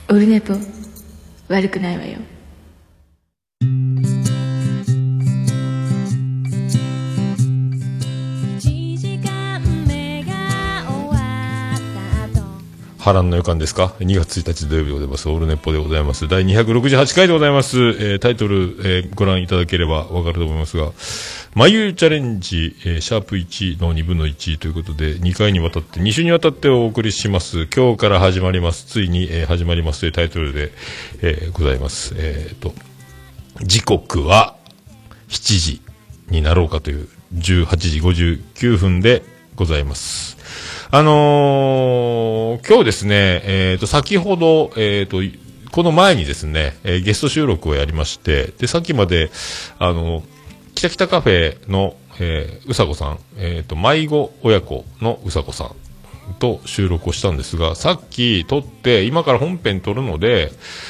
オルネポ悪くないわよ。 波乱の予感ですか。2月1日土曜日でございます。オルネポでございます。第268回でございます。タイトル、ご覧いただければわかると思いますが、眉チャレンジ、シャープ1の2分の1ということで、2回にわたって、2週にわたってお送りします。今日から始まります。ついに、始まりますというタイトルで、ございます。時刻は7時になろうかという18時59分でございます。今日ですね、先ほど、この前にですね、ゲスト収録をやりまして、で、さっきまで、キタキタカフェの、うさこさん、迷子親子のうさこさんと収録をしたんですが、さっき撮って、今から本編撮るので、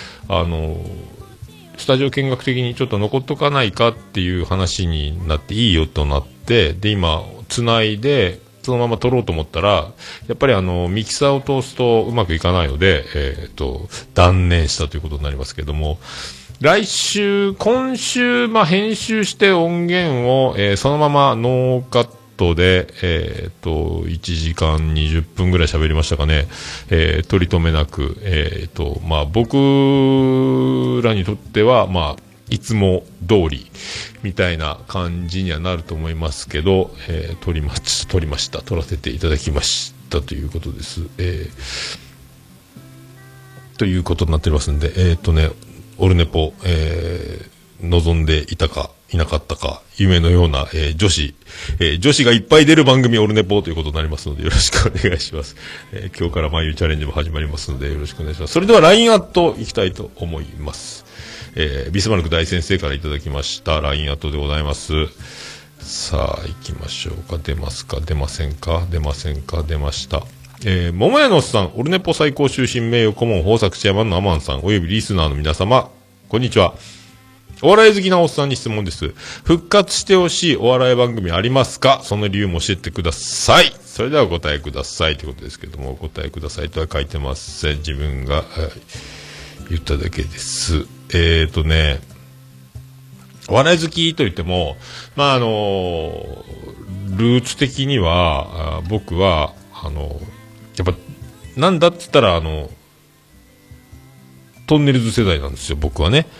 スタジオ見学的にちょっと残っとかないかっていう話になっていいよとなって、で、今、繋いで、そのまま撮ろうと思ったら、やっぱりミキサーを通すとうまくいかないので、断念したということになりますけども、今週、編集して音源を、そのままノーカットで、1時間20分ぐらい喋りましたかね、取り留めなく、僕らにとっては、いつも通りみたいな感じにはなると思いますけど、撮らせていただきましたということです。ということになっておりますんで、オルネポ、望んでいたかいなかったか、夢のような、女子がいっぱい出る番組オルネポということになりますので、よろしくお願いします。今日から眉チャレンジも始まりますので、よろしくお願いします。それでは LINE アットいきたいと思います。ビスマルク大先生からいただきました LINE アットでございます。さあ行きましょうか。出ますか出ませんか出ませんか出ました。桃屋のおっさん、オルネポ最高終身名誉顧問豊作チェアマンのアマンさんおよびリスナーの皆様、こんにちは。お笑い好きなおっさんに質問です。復活してほしいお笑い番組ありますか？その理由も教えてください。それではお答えくださいということですけども、お答えくださいとは書いてません。自分が、言っただけです。お笑い好きと言っても、ルーツ的には、僕は、やっぱ、なんだっつったら、トンネルズ世代なんですよ、僕はね。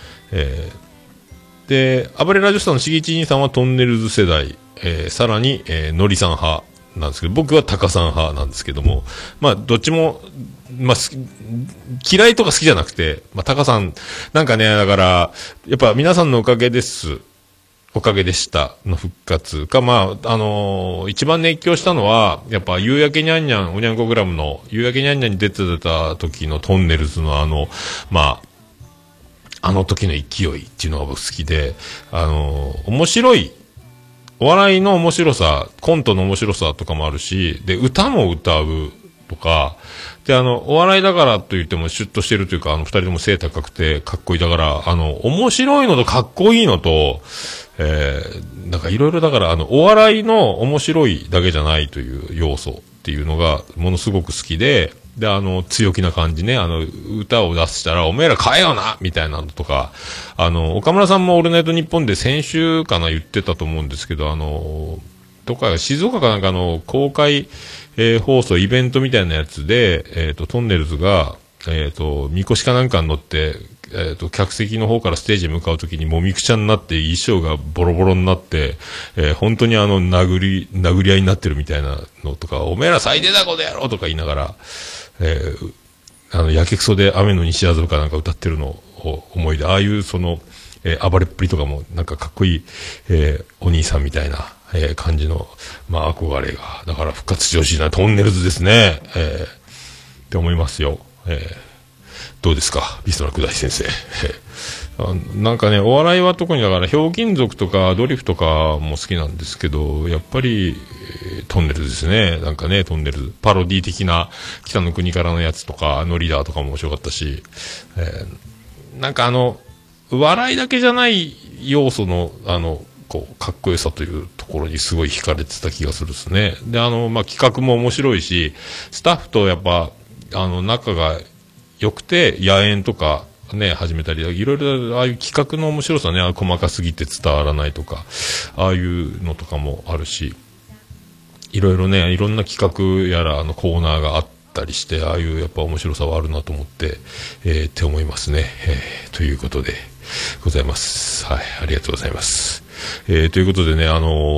で、暴れラジオスターのしげち兄さんはトンネルズ世代、さらに、のりさん派なんですけど、僕はタカさん派なんですけども、どっちも、嫌いとか好きじゃなくて、タカさん、なんかね、だから、やっぱ皆さんのおかげです。おかげでしたの復活か、一番熱狂したのは、やっぱ、夕焼けにゃんにゃん、おにゃんこグラムの、夕焼けにゃんにゃんに出てた時のトンネルズのあの時の勢いっていうのが僕好きで、面白い、お笑いの面白さ、コントの面白さとかもあるし、で、歌も歌うとか、で、お笑いだからと言ってもシュッとしてるというか、二人とも背高くてかっこいいだから、面白いのとかっこいいのと、なんかいろいろだから、お笑いの面白いだけじゃないという要素っていうのがものすごく好きで、で、強気な感じね、歌を出したら、おめえら買えよなみたいなのとか、岡村さんもオールナイトニッポンで先週かな言ってたと思うんですけど、とか、静岡かなんかの公開、放送イベントみたいなやつで、トンネルズが、みこしかなんかに乗って、客席の方からステージに向かうときにもみくちゃになって衣装がボロボロになって、本当に殴り合いになってるみたいなのとか、おめえら最低だこの野郎とか言いながら、やけくそで雨の西麻布かなんか歌ってるのを思い出、ああいう暴れっぷりとかもなんかかっこいい、お兄さんみたいな、感じの、憧れが、だから復活してほしいな、トンネルズですね、って思いますよ。どうですか、ビスマルク大先生。なんかね、お笑いは特にだから、ひょうきん族とかドリフとかも好きなんですけど、やっぱり、トンネルズですね。なんかね、トンネルズ。パロディ的な北の国からのやつとか、ノリダーとかも面白かったし、なんか笑いだけじゃない要素の、かっこよさというところにすごい惹かれてた気がするですね。で、企画も面白いし、スタッフとやっぱ、仲が良くて、野猿とか、ね、始めたり、いろいろ、ああいう企画の面白さね、細かすぎて伝わらないとか、ああいうのとかもあるし、いろいろね、いろんな企画やら、コーナーがあったりして、ああいうやっぱ面白さはあるなと思って、って思いますね。ということで、ございます。はい、ありがとうございます。ということでね、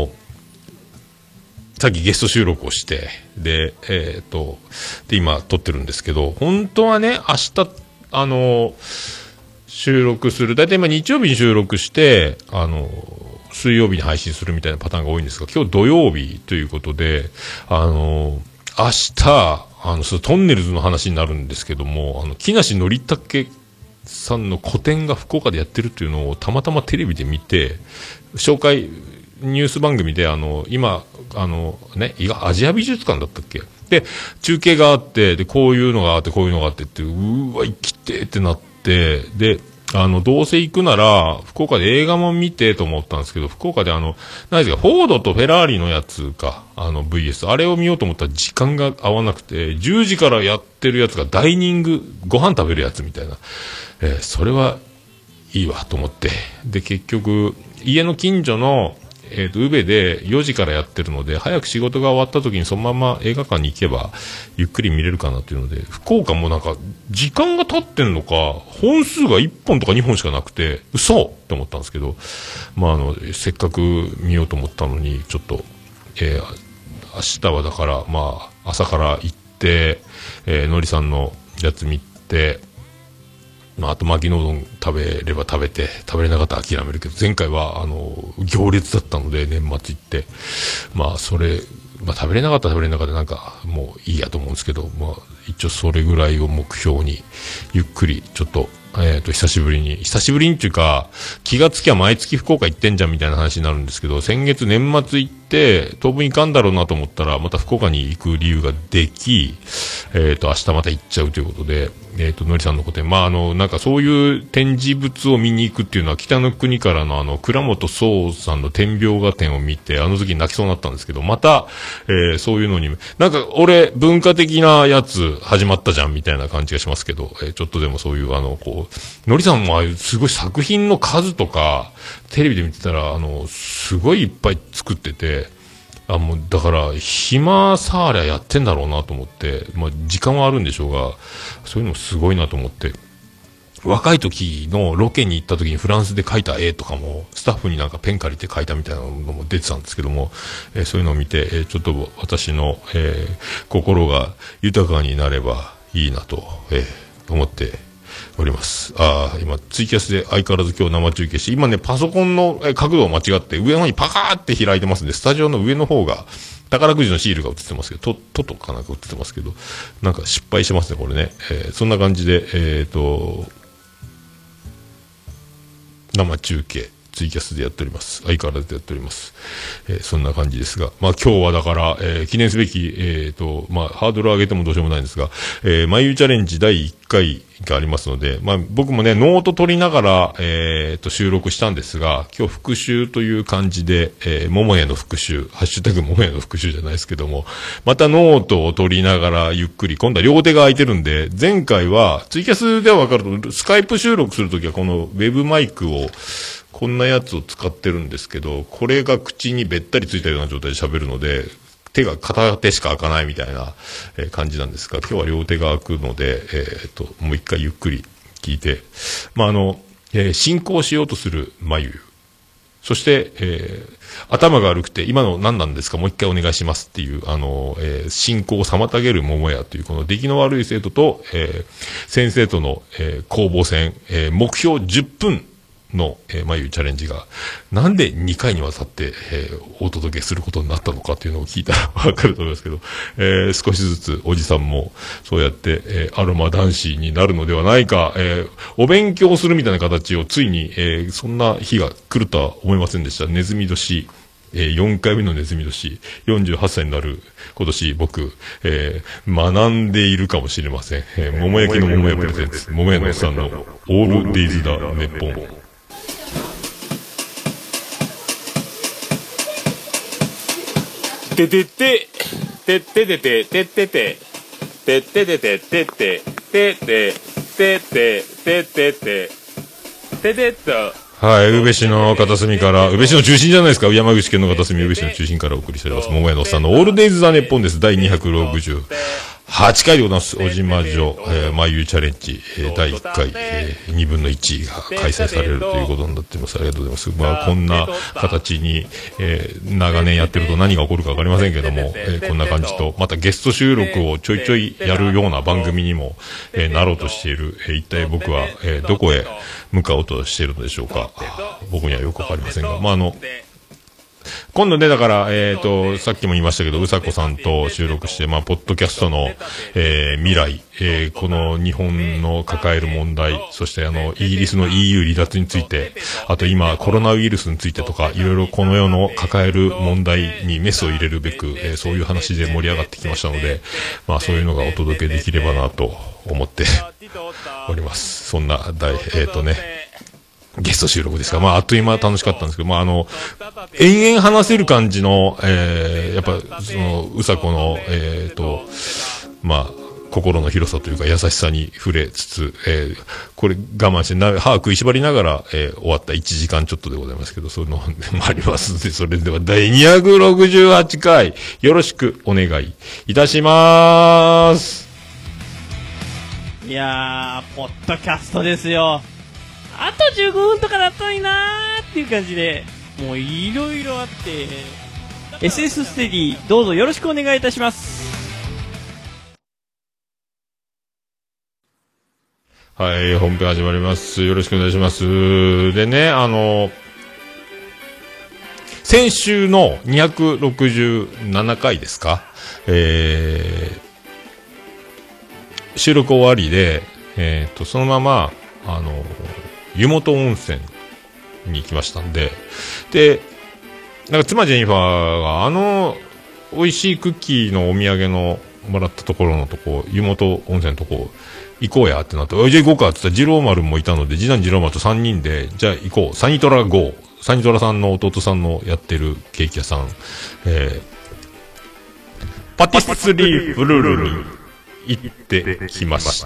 さっきゲスト収録をして、で、で、今撮ってるんですけど、本当はね、明日、収録する、だいたい今日曜日に収録して、水曜日に配信するみたいなパターンが多いんですが、今日土曜日ということで、明日、トンネルズの話になるんですけども、木梨憲武さんの個展が福岡でやってるっていうのをたまたまテレビで見て、紹介、ニュース番組で今、アジア美術館だったっけで、中継があって、で、こういうのがあって、こういうのがあってって、うわ、生きてってなって、で、どうせ行くなら、福岡で映画も見てと思ったんですけど、福岡で何ですか、フォードとフェラーリのやつか、VS、あれを見ようと思ったら時間が合わなくて、10時からやってるやつがダイニング、ご飯食べるやつみたいな。それはいいわと思って。で、結局、家の近所の、宇部で4時からやってるので、早く仕事が終わった時にそのまま映画館に行けば、ゆっくり見れるかなっていうので、福岡もなんか、時間が経ってんのか、本数が1本とか2本しかなくて、嘘って思ったんですけど、せっかく見ようと思ったのに、ちょっと、明日はだから、朝から行って、のりさんのやつ見て、あと巻きのうどん食べれば食べて、食べれなかったら諦めるけど、前回は行列だったので年末行って、それ、食べれなかったら食べれなかったらなんかもういいやと思うんですけど、一応それぐらいを目標にゆっくりちょっと久しぶりにっていうか、気がつきゃ毎月福岡行ってんじゃんみたいな話になるんですけど、先月年末行って当分行かんだろうなと思ったらまた福岡に行く理由ができ、明日また行っちゃうということで、のりさんの個展、なんかそういう展示物を見に行くっていうのは、北の国からの倉本壮さんの天描画展を見て、あの時泣きそうになったんですけど、また、そういうのに、なんか俺、文化的なやつ始まったじゃんみたいな感じがしますけど、ちょっとでもそういう、のりさんもああいうすごい作品の数とか、テレビで見てたら、すごいいっぱい作ってて、もう、だから、暇さありゃやってんだろうなと思って、時間はあるんでしょうが、そういうのもすごいなと思って、若い時のロケに行った時にフランスで描いた絵とかも、スタッフになんかペン借りて描いたみたいなのも出てたんですけども、そういうのを見て、ちょっと私の、心が豊かになればいいなと、思っております。今、ツイキャスで相変わらず今日生中継して、今ね、パソコンの角度を間違って、上の方にパカーって開いてますんで、スタジオの上の方が、宝くじのシールが映ってますけど、トトかなんか映ってますけど、なんか失敗してますね、これね。そんな感じで、生中継、ツイキャスでやっております。相変わらずやっております。そんな感じですが、今日はだから、記念すべき、ハードルを上げてもどうしようもないんですが、まゆチャレンジ第1回がありますので、僕もね、ノート取りながら、収録したんですが、今日復習という感じで、桃屋の復習、ハッシュタグ桃屋の復習じゃないですけども、またノートを取りながらゆっくり、今度は両手が空いてるんで、前回は、ツイキャスではわかると、スカイプ収録するときはこのウェブマイクを、こんなやつを使ってるんですけど、これが口にべったりついたような状態で喋るので、片手しか開かないみたいな感じなんですが、今日は両手が開くので、もう一回ゆっくり聞いて、進行しようとする眉、そして、頭が悪くて、今の何なんですか、もう一回お願いしますっていう、進行を妨げる桃屋という、この出来の悪い生徒と、先生との、攻防戦、目標10分、の、眉チャレンジが、なんで2回にわたって、お届けすることになったのかっていうのを聞いたらわかると思いますけど、少しずつおじさんも、そうやって、アロマ男子になるのではないか、お勉強するみたいな形をついに、そんな日が来るとは思いませんでした。ネズミ年、4回目のネズミ年、48歳になる今年僕、学んでいるかもしれません。桃焼きの桃屋プレゼンツ、桃屋のおっさんのオールデイズだネッポン。ててて、てっててて、てってて、てっててて、てってて、てって、 てててててててとはい、宇部市の片隅から、宇部市の中心じゃないですか、山口県の片隅、宇部市の中心からお送りしております、桃屋のおっさんのオールデイズ・ザ・ネッポンです。第268回でございます。小島女、まゆチャレンジ、第1回、2分の1が開催されるということになっています。ありがとうございます。まあ、こんな形に、長年やってると何が起こるかわかりませんけども、こんな感じと、またゲスト収録をちょいちょいやるような番組にも、なろうとしている、一体僕は、どこへ向かおうとしているのでしょうか。僕にはよくわかりませんが、まあ、今度ね、だから、さっきも言いましたけど、うさこさんと収録して、まあ、ポッドキャストの、未来、この日本の抱える問題、そしてイギリスの EU 離脱について、あと今、コロナウイルスについてとか、いろいろこの世の抱える問題にメスを入れるべく、そういう話で盛り上がってきましたので、まあ、そういうのがお届けできればなと思っております。そんな、ゲスト収録ですが、まあ、あっという間楽しかったんですけど、まあ、延々話せる感じの、やっぱ、うさこの、まあ、心の広さというか優しさに触れつつ、これ我慢して歯食いしばりながら、終わった1時間ちょっとでございますけど、そういうのもありますので、それでは第268回、よろしくお願いいたします。 いやー、ポッドキャストですよ。あと15分とかだったのになーっていう感じで、もういろいろあって、SS ステディ、どうぞよろしくお願いいたします。 はい、本編始まります。よろしくお願いします。でね、先週の267回ですか、収録終わりで、そのまま、湯本温泉に行きましたんで、で、なんか妻ジェニファーが美味しいクッキーのお土産のもらったところのとこ、湯本温泉のとこ、行こうやってなって、じゃあ行こうかって言ったら、二郎丸もいたので、次男二郎丸と3人で、じゃあ行こう。サニトラゴー。サニトラさんの弟さんのやってるケーキ屋さん、パティスリーブルールに行ってきました。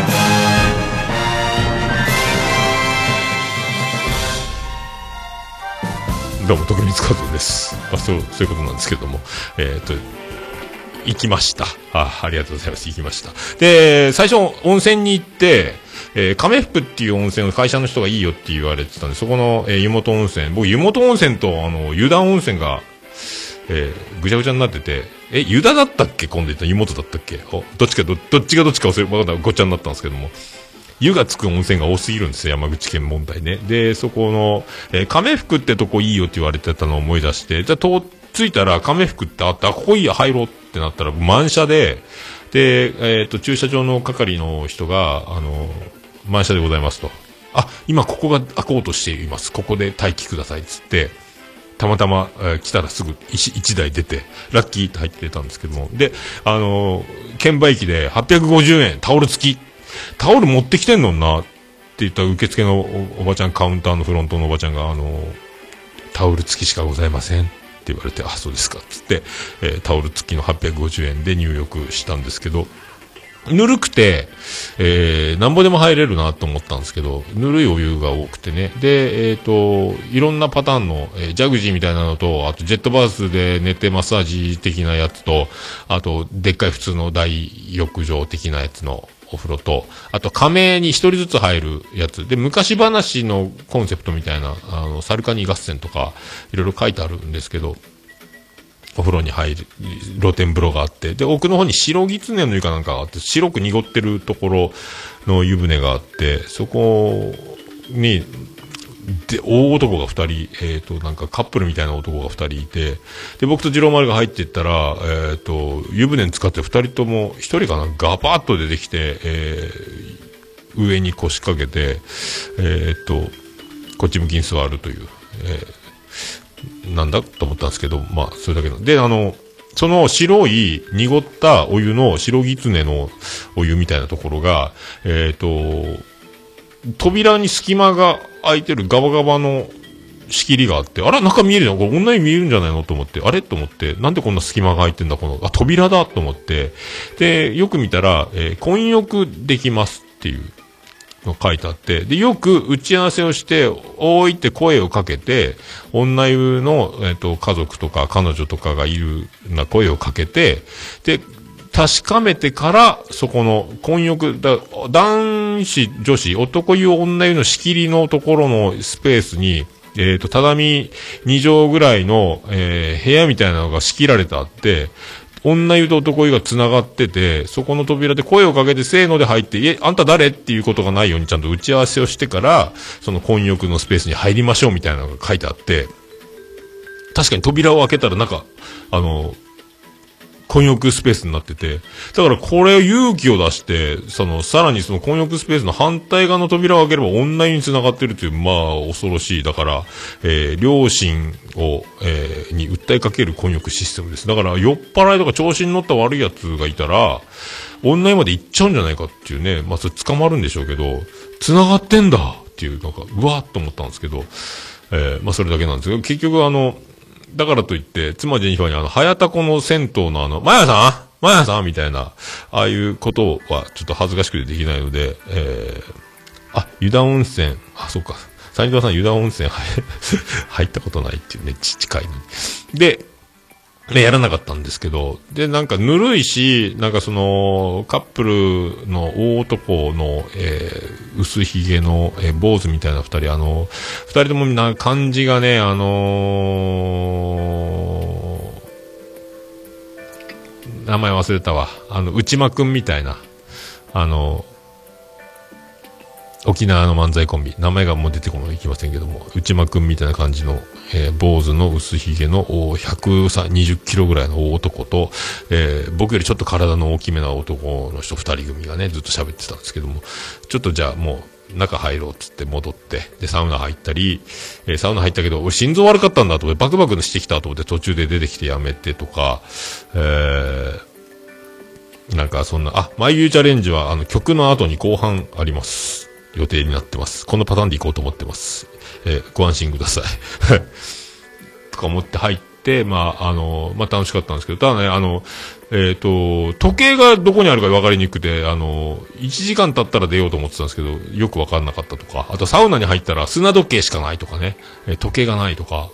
どうも、徳光和夫です。まあ、そういうことなんですけども、行きました。ありがとうございます。行きました。で、最初、温泉に行って、亀福っていう温泉の会社の人がいいよって言われてたんで、そこの、湯本温泉、僕、湯本温泉と、湯田温泉が、ぐちゃぐちゃになってて、湯田だったっけ今度言った湯本だったっけどっちがどっちか忘れ、わかんない、ごっちゃになったんですけども、湯がつく温泉が多すぎるんですよ、山口県問題ね。で、そこの、亀福ってとこいいよって言われてたのを思い出して、じゃあ、着いたら亀福ってあった、ここいいや、入ろうってなったら、満車で、で、駐車場の係の人が、満車でございますと。今ここが開こうとしています。ここで待機ください、つって、たまたま、来たらすぐ1台出て、ラッキーって入ってたんですけども、で、券売機で850円、タオル付き。タオル持ってきてんのになって言った受付のおばちゃん、カウンターのフロントのおばちゃんが、タオル付きしかございませんって言われて、そうですかっつって、タオル付きの850円で入浴したんですけど、ぬるくて、なんぼでも入れるなと思ったんですけど、ぬるいお湯が多くてね。で、いろんなパターンの、ジャグジーみたいなのと、あとジェットバースで寝てマッサージ的なやつと、あと、でっかい普通の大浴場的なやつのお風呂と、あと仮名に一人ずつ入るやつ。で、昔話のコンセプトみたいな、サルカニ合戦とか、いろいろ書いてあるんですけど、お風呂に入る露天風呂があって、で、奥の方に白狐の湯かなんかがあって、白く濁ってるところの湯船があって、そこに、で、大男が2人、なんかカップルみたいな男が2人いて、で、僕と次郎丸が入っていったら、湯船に使って2人とも、1人かな、ガバッと出てきて、上に腰掛けて、こっち向きに座るという、なんだと思ったんですけど、まあ、それだけの。で、その白い濁ったお湯の白狐のお湯みたいなところが、扉に隙間が開いてるガバガバの仕切りがあって、あら、中見えるじゃん。これ女湯見えるんじゃないのと思って、あれと思って、なんでこんな隙間が空いてんだ、扉だと思って、で、よく見たら、混浴できますっていうの書いてあって、で、よく打ち合わせをして、おーいって声をかけて、女湯の、家族とか彼女とかがいるな声をかけて、で、確かめてから、そこの混浴、男子、女子、男湯、女湯の仕切りのところのスペースに、畳2畳ぐらいの、部屋みたいなのが仕切られてあって、女湯と男湯が繋がってて、そこの扉で声をかけてせーので入って、あんた誰っていうことがないようにちゃんと打ち合わせをしてから、その混浴のスペースに入りましょうみたいなのが書いてあって、確かに扉を開けたらなんか、混浴スペースになってて、だからこれ勇気を出して、さらにその混浴スペースの反対側の扉を開ければ女湯に繋がってるという、まあ、恐ろしい。だから、両親を、に訴えかける混浴システムです。だから、酔っ払いとか調子に乗った悪い奴がいたら、女湯まで行っちゃうんじゃないかっていうね、まあ、それ捕まるんでしょうけど、繋がってんだっていう、なんか、うわーっと思ったんですけど、まあ、それだけなんですけど、結局だからといって、妻ジェニファーに早田湖の銭湯のマヤさんみたいな、ああいうことはちょっと恥ずかしくてできないので、湯田温泉、そうか、谷川さん湯田温泉入ったことないっていうね、近いのに。で、やらなかったんですけど、で、なんかぬるいし、なんかカップルの大男の、薄ひげの、坊主みたいな二人、二人とも漢字がね、名前忘れたわ。内間くんみたいな、沖縄の漫才コンビ。名前がもう出てこない、いきませんけども、内間くんみたいな感じの、坊主の薄ひげの120キロぐらいの大男と、僕よりちょっと体の大きめな男の人二人組がね、ずっと喋ってたんですけども、ちょっとじゃあもう中入ろうっつって戻って、で、サウナ入ったり、サウナ入ったけど、俺心臓悪かったんだと思って、バクバクしてきたと思って途中で出てきてやめてとか、なんかそんな、マイユーチャレンジは曲の後に後半あります。予定になってます。このパターンで行こうと思ってます。ご安心ください。とか思って入って、まあ楽しかったんですけど、ただね、時計がどこにあるか分かりにくくて、1時間経ったら出ようと思ってたんですけど、よく分かんなかったとか、あとサウナに入ったら砂時計しかないとかね、時計がないとか、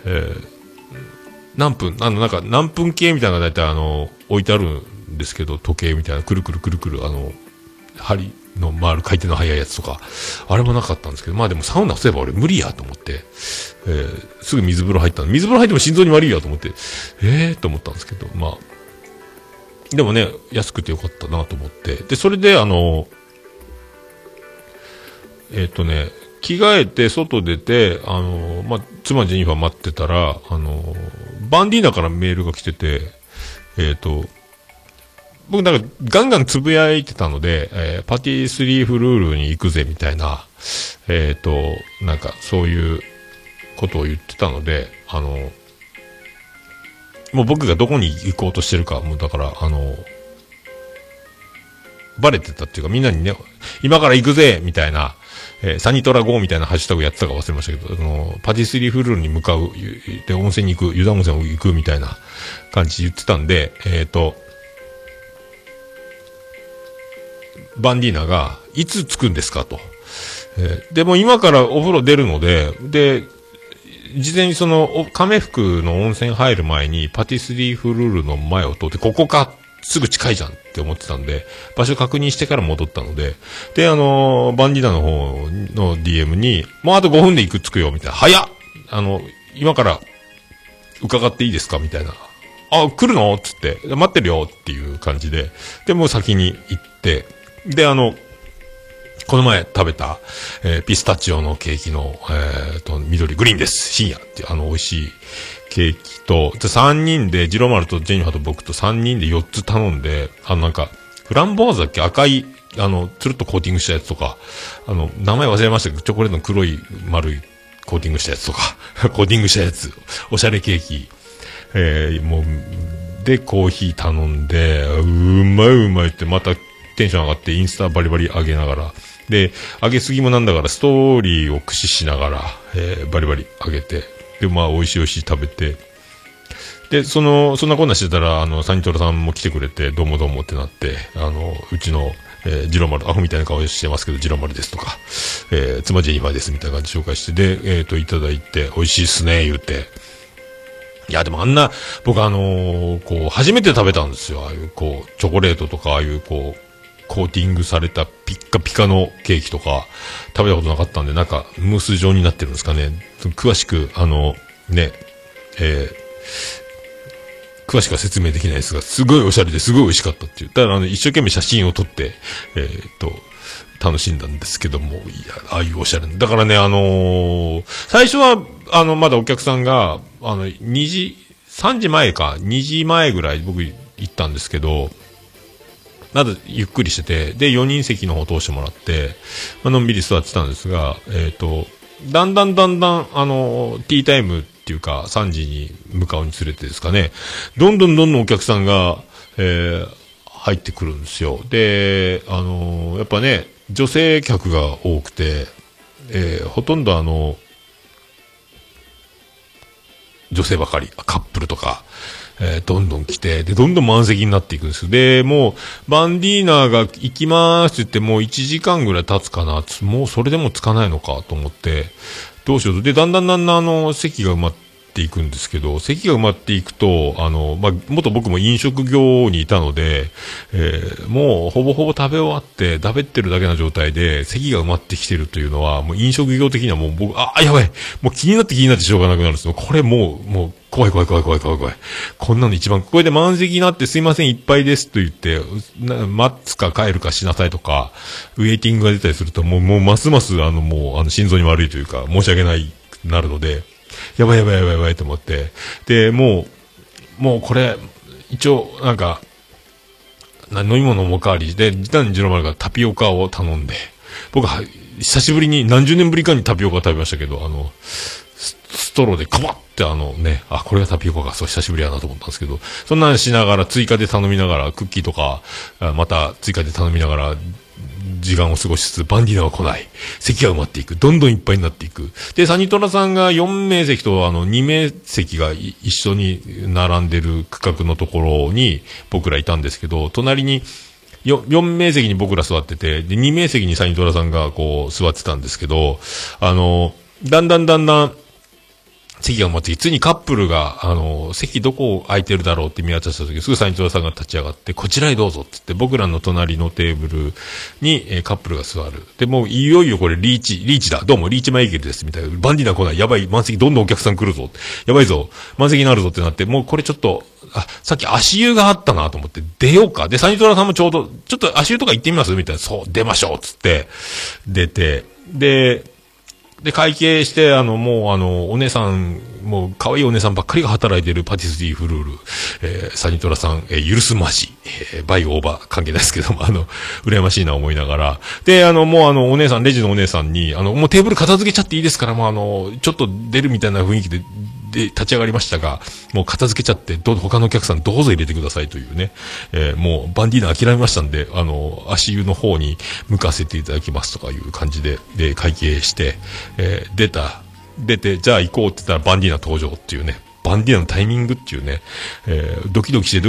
何分、なんか何分計みたいなのが大体置いてあるんですけど、時計みたいな、くるくるくるくる、針の回る回転の速いやつとか、あれもなかったんですけど、まあでもサウナそういえば俺無理やと思って、すぐ水風呂入ったの。水風呂入っても心臓に悪いやと思って、と思ったんですけど、まあ、でもね、安くてよかったなと思って、で、それで着替えて外出て、まあ、妻ジェニファー待ってたら、バンディーナからメールが来てて、僕なんかガンガンつぶやいてたので、パティスリーフルールに行くぜみたいな、なんかそういうことを言ってたので、もう僕がどこに行こうとしてるか、もうだから、バレてたっていうかみんなにね、今から行くぜみたいな、サニトラゴーみたいなハッシュタグやってたか忘れましたけど、パティスリーフルールに向かう、で、温泉に行く、湯田温泉に行くみたいな感じで言ってたんで、バンディーナが、いつ着くんですかと。でも今からお風呂出るので、で、事前に亀福の温泉入る前に、パティスリーフルールの前を通って、ここか、すぐ近いじゃんって思ってたんで、場所確認してから戻ったので、で、バンディーナの方の DM に、もうあと5分で着くよ、みたいな。早っ今から伺っていいですかみたいな。来るのつって、待ってるよっていう感じで、で、もう先に行って、で、この前食べた、ピスタチオのケーキの、緑グリーンです。深夜っていう、美味しいケーキと、3人で、ジローマルとジェニファーと僕と3人で4つ頼んで、なんか、フランボワーズだっけ赤い、つるっとコーティングしたやつとか、名前忘れましたけど、チョコレートの黒い丸いコーティングしたやつとか、コーティングしたやつ、おしゃれケーキ、もう、で、コーヒー頼んで、うまいうまいってまた、テンション上がってインスタバリバリ上げながらで、揚げすぎもなんだからストーリーを駆使しながら、バリバリ揚げて、で、まあ、美味しい美味しい食べて、で、そんなこんなしてたら、サニトラさんも来てくれて、どうもどうもってなって、うちの、ジロマル、アホみたいな顔してますけど、ジロマルですとか、妻ジェニファーですみたいな感じで紹介して、で、いただいて、美味しいっすね、言うて。いや、でも僕こう、初めて食べたんですよ。ああいう、こう、チョコレートとか、ああいう、こう、コーティングされたピッカピカのケーキとか、食べたことなかったんで、なんか、ムース状になってるんですかね。詳しく、詳しくは説明できないですが、すごいおしゃれですごい美味しかったっていう。だから一生懸命写真を撮って、楽しんだんですけども、いや、ああいうおしゃれな。だからね、最初は、まだお客さんが、3時前か、2時前ぐらい僕行ったんですけど、まだゆっくりしてて、で、4人席の方通してもらって、のんびり座ってたんですが、だんだん、ティータイムっていうか、3時に向かうにつれてですかね、どんどんお客さんが、入ってくるんですよ。で、やっぱね、女性客が多くて、ほとんど女性ばかり、カップルとか、どんどん来て、で、どんどん満席になっていくんですよ。で、もう、バンディーナが行きまーすって言って、もう1時間ぐらい経つかな、もうそれでもつかないのかと思って、どうしようと。で、だんだん席が埋まっていくんですけど、席が埋まっていくと、元僕も飲食業にいたので、もうほぼほぼ食べ終わって、だべってるだけの状態で、席が埋まってきてるというのは、もう飲食業的にはもう僕、やばいもう気になってしょうがなくなるんですよ。これもう、怖い。こんなの一番、これで満席になってすいません、いっぱいですと言って、待つか帰るかしなさいとか、ウェイティングが出たりすると、もうますます、心臓に悪いというか、申し訳ないなるので、やばいと思って。で、もうこれ、一応、なんか、飲み物もおかわりで、ジロマルがタピオカを頼んで、僕は、久しぶりに、何十年ぶりかにタピオカを食べましたけど、ストローでカバッってこれがタピオカか、そう久しぶりやなと思ったんですけど、そんなんしながら、追加で頼みながら、クッキーとか、また追加で頼みながら、時間を過ごしつつ、バンディーナは来ない。席が埋まっていく。どんどんいっぱいになっていく。で、サニトラさんが4名席と2名席が一緒に並んでる区画のところに僕らいたんですけど、隣に4名席に僕ら座ってて、で、2名席にサニトラさんがこう座ってたんですけど、だんだん、席が埋まってきて、ついにカップルが、席どこ空いてるだろうって見渡した時、すぐサニトラさんが立ち上がって、こちらへどうぞって言って、僕らの隣のテーブルに、カップルが座る。で、もういよいよこれリーチだ。どうもリーチマイケルです。みたいな。バンディーナ来ない。やばい。満席どんどんお客さん来るぞ。やばいぞ。満席になるぞってなって、もうこれちょっと、さっき足湯があったなと思って、出ようか。で、サニトラさんもちょっと足湯とか行ってみますみたいな。そう、出ましょうつって、出て、で、会計して、お姉さん、もう、可愛いお姉さんばっかりが働いているパティスリーフルール、サニトラさん、許すまじ、バイオーバー関係ないですけども、羨ましいな思いながら。で、お姉さん、レジのお姉さんに、もうテーブル片付けちゃっていいですから、もう、ちょっと出るみたいな雰囲気で立ち上がりましたが、もう片付けちゃって、他のお客さんどうぞ入れてくださいというね、もう、バンディーナ諦めましたんで、足湯の方に向かせていただきますとかいう感じで、会計して、出て、じゃあ行こうって言ったらバンディーナ登場っていうね、バンディーナのタイミングっていうね、ドキドキして、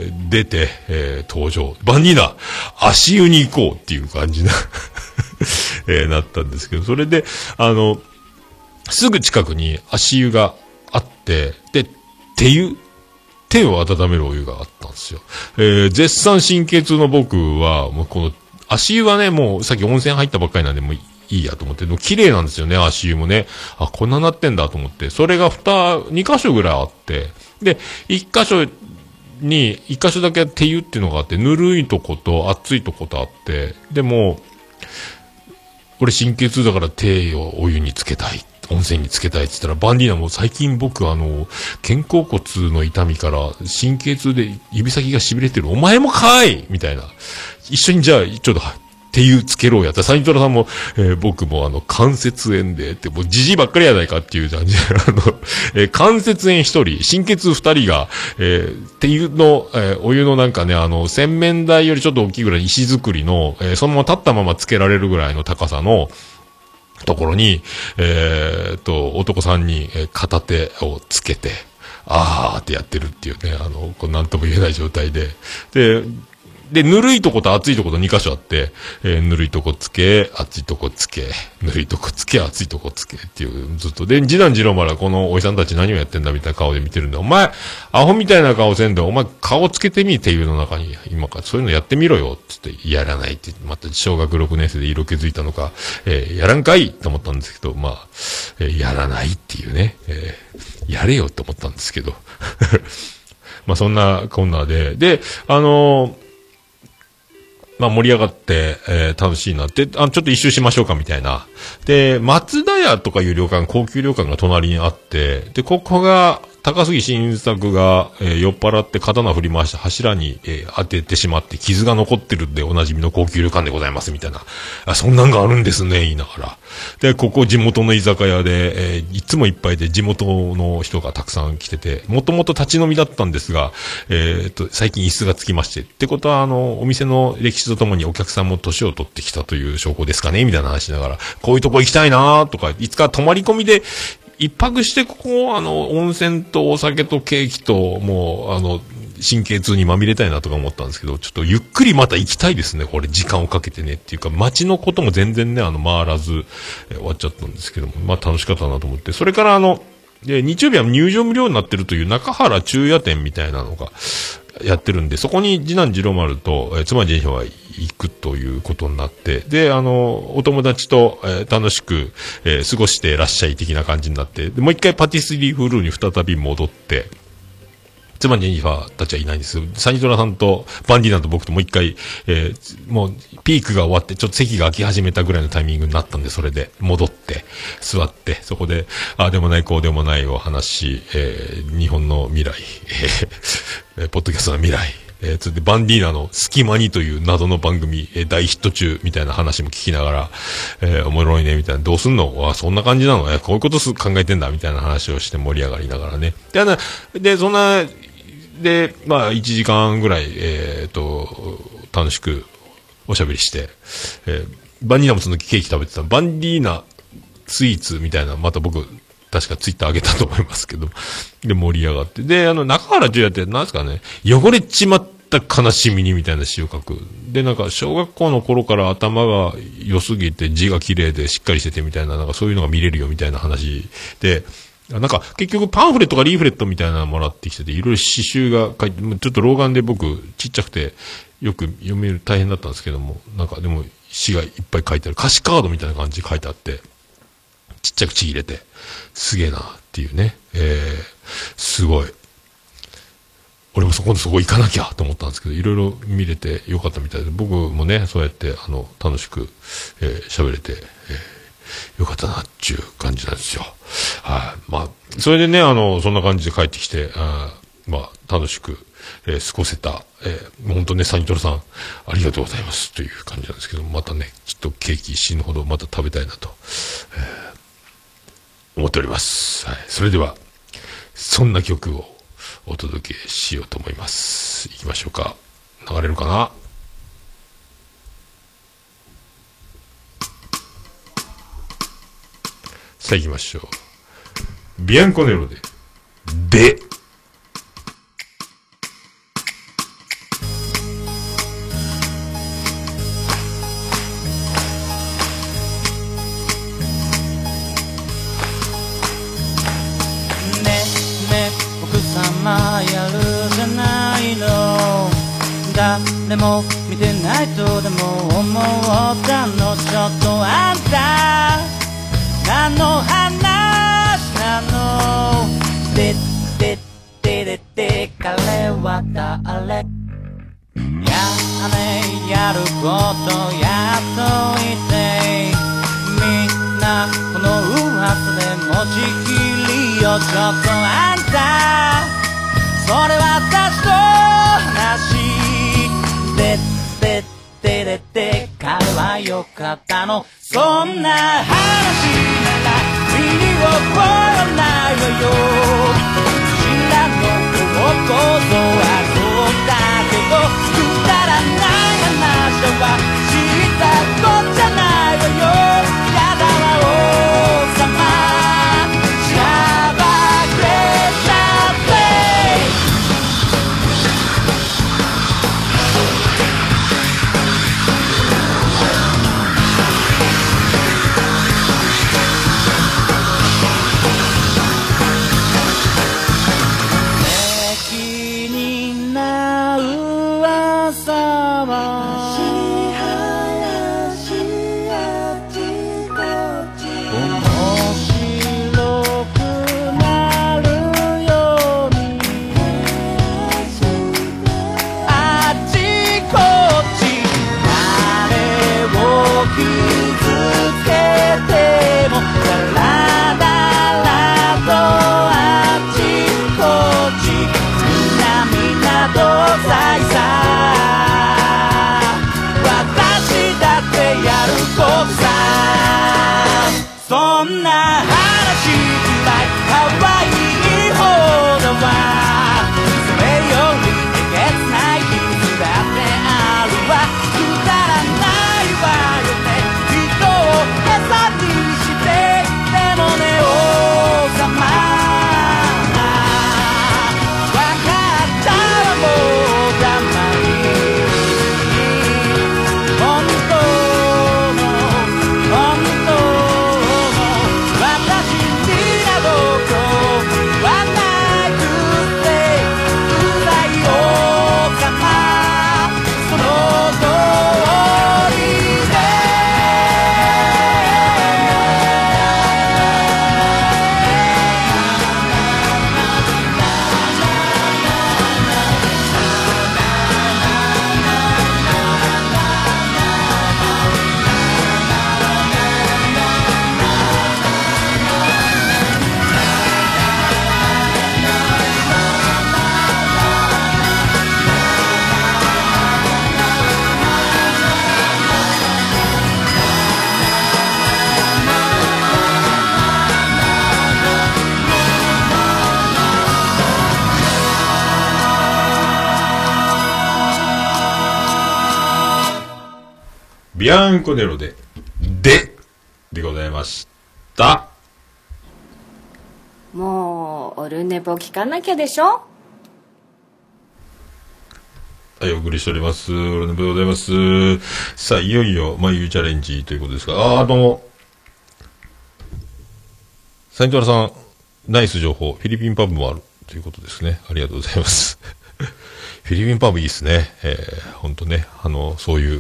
出て、登場。バンディーナ、足湯に行こうっていう感じな、なったんですけど、それで、すぐ近くに足湯があって、で、手を温めるお湯があったんですよ。絶賛神経痛の僕は、もうこの、足湯はね、もうさっき温泉入ったばっかりなんで、もういいやと思って、でも綺麗なんですよね、足湯もね。こんななってんだと思って、それが2箇所ぐらいあって、で、1箇所だけ手湯っていうのがあって、ぬるいとこと熱いとことあって、でも、俺神経痛だから手をお湯につけたい。温泉につけたいって言ったら、バンディーナも最近僕肩甲骨の痛みから神経痛で指先が痺れてる。お前もかいみたいな。一緒にじゃあ、ちょっとっていうつけろうやった。サニトラさんも、僕も関節炎でって、もうじじいばっかりやないかっていう感じで、関節炎一人、心血二人が、っていうの、お湯のなんかね、洗面台よりちょっと大きいぐらい石造りの、そのまま立ったままつけられるぐらいの高さの、ところに、男3人、片手をつけて、あーってやってるっていうね、こうなんとも言えない状態で。で、ぬるいとこと熱いとこと2箇所あって、ぬるいとこつけ、熱いとこつけ、ぬるいとこつけ、熱いとこつけっていう、ずっと。で、次男次郎丸はこのおじさんたち何をやってんだみたいな顔で見てるんで、お前、アホみたいな顔せんで、お前顔つけてみっていうの中に、今からそういうのやってみろよ、つって、やらないって、また小学6年生で色気づいたのか、やらんかいと思ったんですけど、まあ、やらないっていうね、やれよって思ったんですけど。まあそんなこんなで、で、まあ盛り上がって、楽しいなって、ちょっと一周しましょうかみたいな。で、松田屋とかいう旅館、高級旅館が隣にあって、で、ここが、高杉晋作が、酔っ払って刀振り回して柱に、当ててしまって傷が残ってるんでおなじみの高級旅館でございますみたいな。あ、そんなんがあるんですね、言いながら。で、ここ地元の居酒屋で、いつもいっぱいで地元の人がたくさん来てて、もともと立ち飲みだったんですが、最近椅子がつきまして。ってことは、お店の歴史とともにお客さんも年を取ってきたという証拠ですかねみたいな話しながら、こういうとこ行きたいなとか、いつか泊まり込みで、一泊してここ、温泉とお酒とケーキと、もう、神経痛にまみれたいなとか思ったんですけど、ちょっとゆっくりまた行きたいですね、これ、時間をかけてねっていうか、街のことも全然ね、回らず、終わっちゃったんですけども、まあ楽しかったなと思って、それからで、日曜日は入場無料になってるという中原中夜店みたいなのが、やってるんで、そこに次男次郎丸と、妻ジェンヒョは行くということになって、で、お友達と、楽しく、過ごしてらっしゃい的な感じになって、でもう一回パティスリーフルーに再び戻って、妻ジェンヒョたちはいないんですよ。サニトラさんとバンディーナと僕ともう一回、もうピークが終わってちょっと席が空き始めたぐらいのタイミングになったんで、それで戻って座ってそこでああでもないこうでもないを話し、日本の未来、ポッドキャストの未来、それでバンディーナの隙間にという謎の番組、大ヒット中みたいな話も聞きながら、おもろいねみたいな、どうすんの、あそんな感じなの、こういうこと考えてんだみたいな話をして盛り上がりながらね。でそんなで、まあ、1時間ぐらい、楽しくおしゃべりして、バンディーナもそのケーキ食べてた。バンディーナスイーツみたいな、また僕、確かツイッター上げたと思いますけど、で、盛り上がって。で、中原中也って、なんですかね、汚れちまった悲しみにみたいな詩を書く。で、なんか、小学校の頃から頭が良すぎて、字が綺麗でしっかりしててみたいな、なんかそういうのが見れるよみたいな話で、なんか結局パンフレットかリーフレットみたいなのもらってきてて、いろいろ詩集が書いて、ちょっと老眼で僕ちっちゃくてよく読める大変だったんですけども、なんかでも詩がいっぱい書いてある、歌詞カードみたいな感じで書いてあって、ちっちゃくちぎれて、すげえなっていうね、すごい。俺もそこ行かなきゃと思ったんですけど、いろいろ見れてよかったみたいで、僕もね、そうやって楽しく喋れて、よかったなっていう感じなんですよ。はい。まあ、それでね、そんな感じで帰ってきて、まあ、楽しく、過ごせた、本当ね、サニトラさん、ありがとうございますという感じなんですけど、またね、ちょっとケーキ死ぬほどまた食べたいなと、思っております。はい。それでは、そんな曲をお届けしようと思います。行きましょうか。流れるかな？さあ行きましょう。ビアンコネロで、 奥様やるじゃないの、誰も見てないとでも思ったの、ちょっとあんた何の話なの、で彼は誰、やることやっといて、みんなこの噂で持ちきりよ、ちょっとあんたそれは私の話で彼はよかったのそんな話なら身に覚えはないわよ知らぬ高校とはそうだけどくだらない話は知ったことじゃないわよやだわ王様しゃばくれちゃって気になる朝は面白くなるようにあっちこっち誰を傷つけてもダラダラとあっちこっちみんなどうさいさ私だってやることさそんな話くらい可愛いほどはそれよりえげつない傷だってあるわくだらないわよね人を餌にしてでもね王様わかったわもうだまい本当の本当の私になどこはなくてうざい王様その通りでビアンコネロでございました。 もうオルネポ聞かなきゃでしょ。 はい、お送りしております。オルネポでございます。さあ、いよいよ、ゆうチャレンジということですが、どうも。サイントラさん、ナイス情報。フィリピンパブもあるということですね。ありがとうございます。フィリピンパブいいですね。ほんとね、そういう、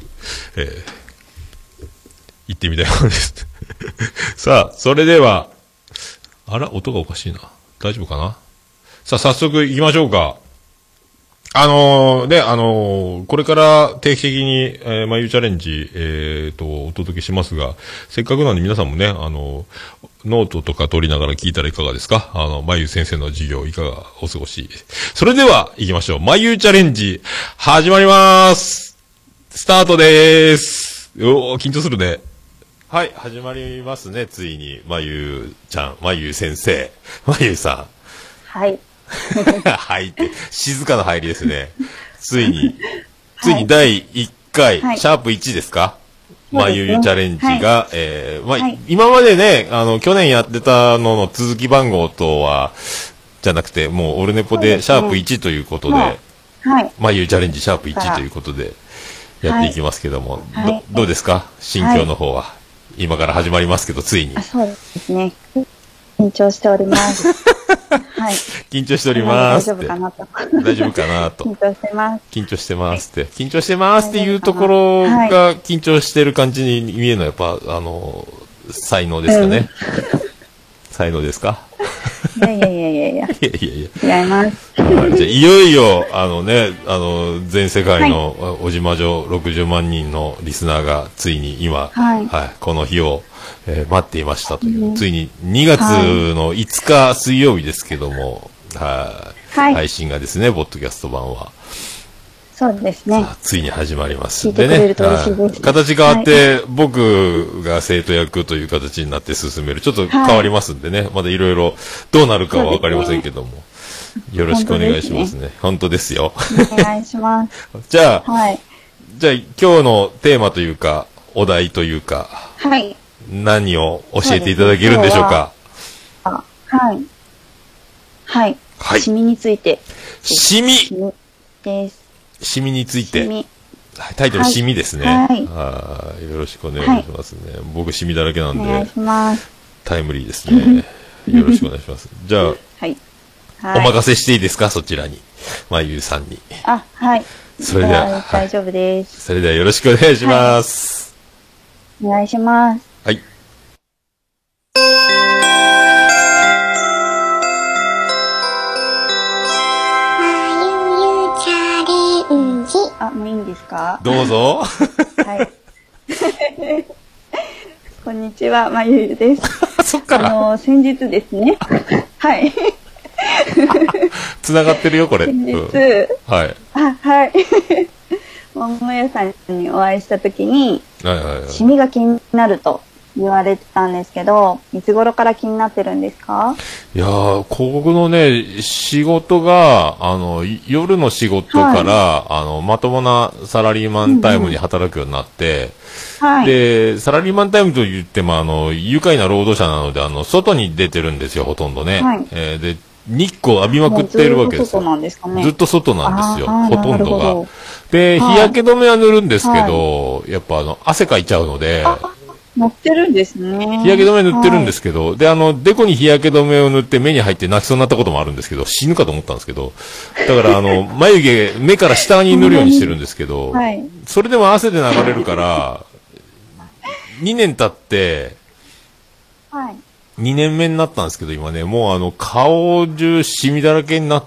行ってみたいものです。さあ、それでは、あら、音がおかしいな。大丈夫かな。さあ、早速行きましょうか。これから定期的に、ゆうチャレンジ、お届けしますが、せっかくなんで皆さんもね、ノートとか取りながら聞いたらいかがですか。まゆ先生の授業いかがお過ごし。それでは行きましょう。まゆチャレンジ、始まります。スタートでーす。緊張するね。はい、始まりますね、ついに。まゆちゃん、まゆ先生、まゆさん。 はい。 はいって、静かな入りですね。ついに第1回、 はい、 シャープ1ですか、まゆチャレンジが、今までね、去年やってたのの続き番号とは、じゃなくて、もうオルネポでシャープ1ということで、まゆチャレンジシャープ1ということで、やっていきますけども、どうですか心境の方は。今から始まりますけど、ついに。 そうですね。緊張しております。はい。 緊張しておりますって。 大丈夫かなと。 大丈夫かなと。 緊張してます。 緊張してますって。緊張してますっていうところが緊張してる感じに見えるのはやっぱ、才能ですかね。才能ですか。 いや。違います。 じゃあ、いよいよ、全世界のおじまじょ60万人のリスナーがついに今、この日を、待っていましたという、ついに2月の5日水曜日ですけども、配信がですね、ポッドキャスト版は。 そうですね。 さあついに始まります聞いてくれると嬉しいですはい形変わって、僕が生徒役という形になって進める。ちょっと変わりますんでね。まだいろいろどうなるかはわかりませんけども。よろしくお願いしますね。本当ですよ。 お願いします。 じゃあ、 はい。 今日のテーマというか、お題というか、 はい。 何を教えていただけるんでしょうか。 はい。はい。 はいシミについて。 シミシミです。 シミについて。 シミ。 タイトルシミですね。 はいよろしくお願いしますね。僕シミだらけなんでお願い、します。 タイムリーですね。よろしくお願いします。じゃあ、 はい。 お任せしていいですかそちらに。まゆさんに。 あ、はい。 それでは、 大丈夫です。 それではよろしくお願いします。 お願いします。 はい。 あ、もういいんですか？ どうぞ。 はい。こんにちは、まゆゆです。 そっから先日ですね。はい。 繋がってるよ、これ。 先日、 はい。 はい。桃屋さんにお会いしたときに、 はいはいはい。 シミが気になると言われてたんですけど、いつ頃から気になってるんですか？ いやー、広告のね、仕事が、夜の仕事から、まともなサラリーマンタイムに働くようになって、 はい。 で、サラリーマンタイムと言っても、愉快な労働者なので、外に出てるんですよ、ほとんどね。 はいで、日光浴びまくっているわけですよ。 ずっと外なんですかね。 ずっと外なんですよ、 あーほとんどがなるほど。 で、 はい日焼け止めは塗るんですけど、やっぱ汗かいちゃうので、 乗ってるんですね。 日焼け止め塗ってるんですけど、で、デコに日焼け止めを塗って目に入って泣きそうになったこともあるんですけど、死ぬかと思ったんですけど、だから眉毛、目から下に塗るようにしてるんですけど、 はい。 それでも汗で流れるから、2年経って、 はい。 2年目になったんですけど、今ね、もう顔中シミだらけになって、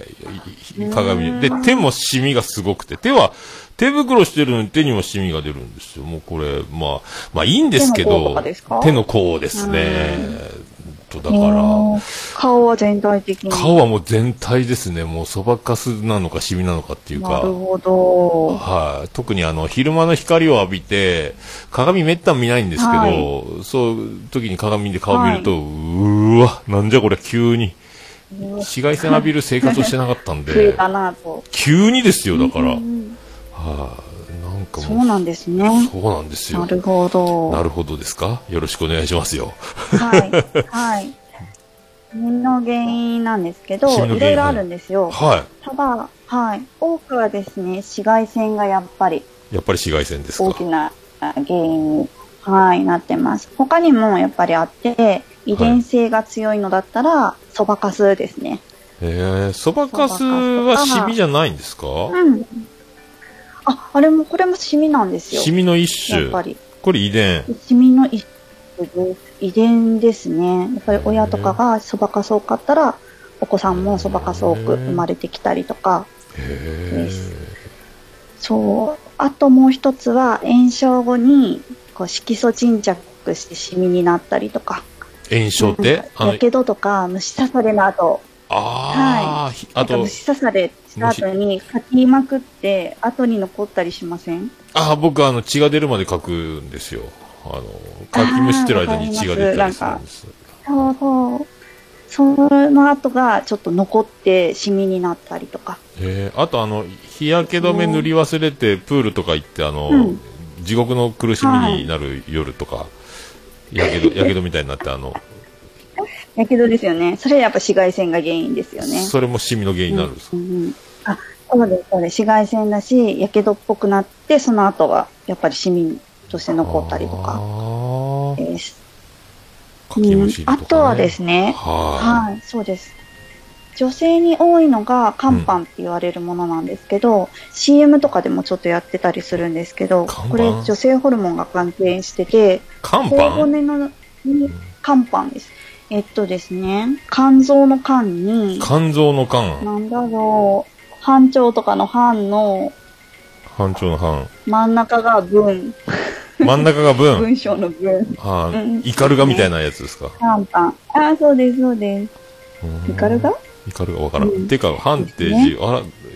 鏡に。で、手もシミがすごくて、手袋してるのに手にもシミが出るんですよ。もうこれ、まあいいんですけ手の甲とどかですか、 手の甲ですね。だから、 顔は全体的に。 顔はもう全体ですね。もうそばかすなのかシミなのかっていうか。 なるほど。 はい、特に昼間の光を浴びて、鏡めったに見ないんですけど、 はそういう時に鏡で顔見ると、うわ、なんじゃこれ急に。紫外線浴びる生活をしてなかったんで、 増えたなと。 急にですよ、だから。なんかもう。 そうなんですね。 そうなんですよ。 なるほど。 なるほどですか？よろしくお願いしますよ。 はい。はい。シミの原因なんですけど、 シミの原因いろいろあるんですよ。 はただ、はい。多くはですね、紫外線がやっぱりい。やっぱり紫外線ですか？ 大きな原因に、はい、なってます。他にもやっぱりあって、遺伝性が強いのだったら、そばかすですね。 そばかすはシミじゃないんですか？ うん。あ、これもシミなんですよ。 シミの一種。 やっぱり。 これ遺伝。 シミの一種です。遺伝ですね。やっぱり親とかがそばかす多かったら、お子さんもそばかす多く生まれてきたりとかです。そう。あともう一つは、炎症後に、色素沈着してシミになったりとか。 炎症ってやけどとか、虫刺されの後。 ああ、あと、 虫刺されした後に書きまくって後に残ったりしません？ 僕血が出るまで書くんですよ。書きむしてる間に血が出たりするんです。 そうそう。その後がちょっと残ってシミになったりとか。 あと日焼け止め塗り忘れてプールとか行って地獄の苦しみになる夜とか、やけどみたいになってやけどですよね。それやっぱ紫外線が原因ですよね。 それもシミの原因になるんですか？ あ、そうです、そうです。紫外線だし、やけどっぽくなって、その後はやっぱりシミとして残ったりとかです。あとはですね、はい、そうです。女性に多いのが肝斑って言われるものなんですけど、CM とかでもちょっとやってたりするんですけど、これ女性ホルモンが関係してて、 肝頬骨の肝斑です。ですね、肝臓の肝に、 肝臓の肝。 なんだろう、班長とかの班の、 班長の班。 真ん中が文。 真ん中が文。 文章の文。 イカルガみたいなやつですか？ 肝斑。そうです、そうです。イカルガ？ イカルガわからん。てか、班って字、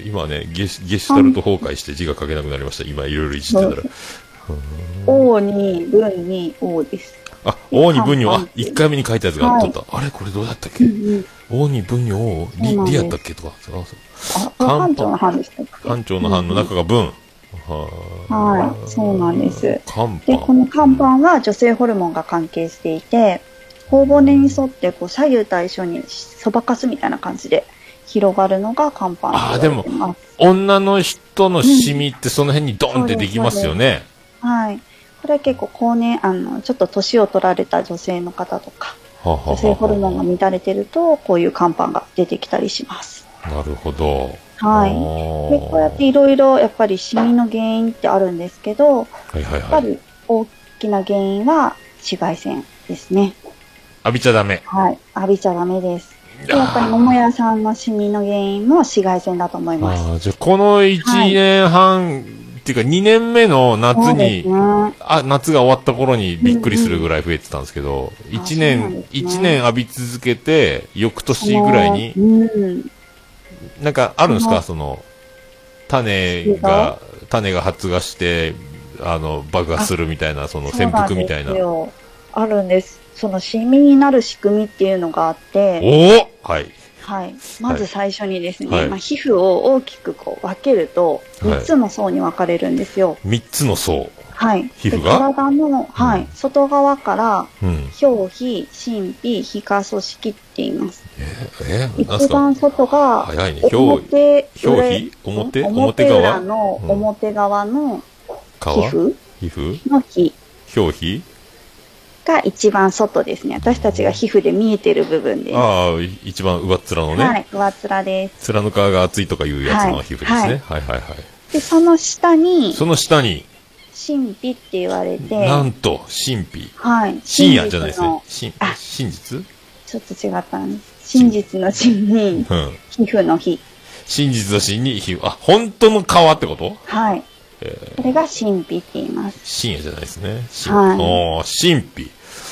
今ね、ゲシュタルト崩壊して字が書けなくなりました。今いろいろいじってたら。 王に文に王です。 あ、王に文に王、あ、1回目に書いたやつが取った。あれこれどうだったっけ？王に文に王、リやったっけとか。 班長の班でしたっけ？ 班長の班の中が文。 はい、そうなんです。で、 この肝斑は女性ホルモンが関係していて、頬骨に沿ってこう左右対称にそばかすみたいな感じで広がるのが肝斑。 ああ、でも、女の人のシミってその辺にドンってできますよね。 はい。これは結構後年、ちょっと年を取られた女性の方とか、女性ホルモンが乱れてると、こういう肝斑が出てきたりします。 なるほど。 はい。で、こうやっていろいろやっぱりシミの原因ってあるんですけど、やっぱり大きな原因は紫外線ですね。 浴びちゃダメ。 はい。浴びちゃダメです。で、やっぱり桃屋さんのシミの原因も紫外線だと思います。 じゃあこの1年半、っていうか2年目の夏に、夏が終わった頃にびっくりするぐらい増えてたんですけど、1年浴び続けて、翌年ぐらいに、なんかあるんですか、その、種が発芽して、爆発するみたいな、その潜伏みたいな。 あるんです。そのシミになる仕組みっていうのがあって、 はい。 はい。まず最初にですね、皮膚を大きくこう分けると、3つの層に分かれるんですよ。 3つの層。 はい。 皮膚が体の、はい、外側から、表皮、真皮、皮下組織って言います。一番外が、 表皮表側の表側の皮膚の皮。 表皮が一番外ですね。私たちが皮膚で見えてる部分です。 ああ、一番上っ面のね。 はい、上っ面です。 面の皮が厚いとかいうやつの皮膚ですね。はいはいはい。 で、その下に、真皮って言われて。 なんと、真皮。 はい。 真也じゃないですね。真実？ ちょっと違ったんです。真実の真に、皮膚の皮。 真実の真に皮膚。あ、本当の皮ってこと？ はい。これが真皮って言います。 真也じゃないですね。 はい。 真皮。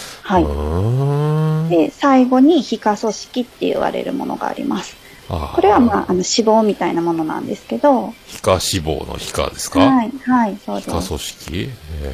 はい。で、最後に皮下組織って言われるものがあります。これはまあ、脂肪みたいなものなんですけど。 皮下脂肪の皮下ですか？ はい、はい、そうです。 皮下組織？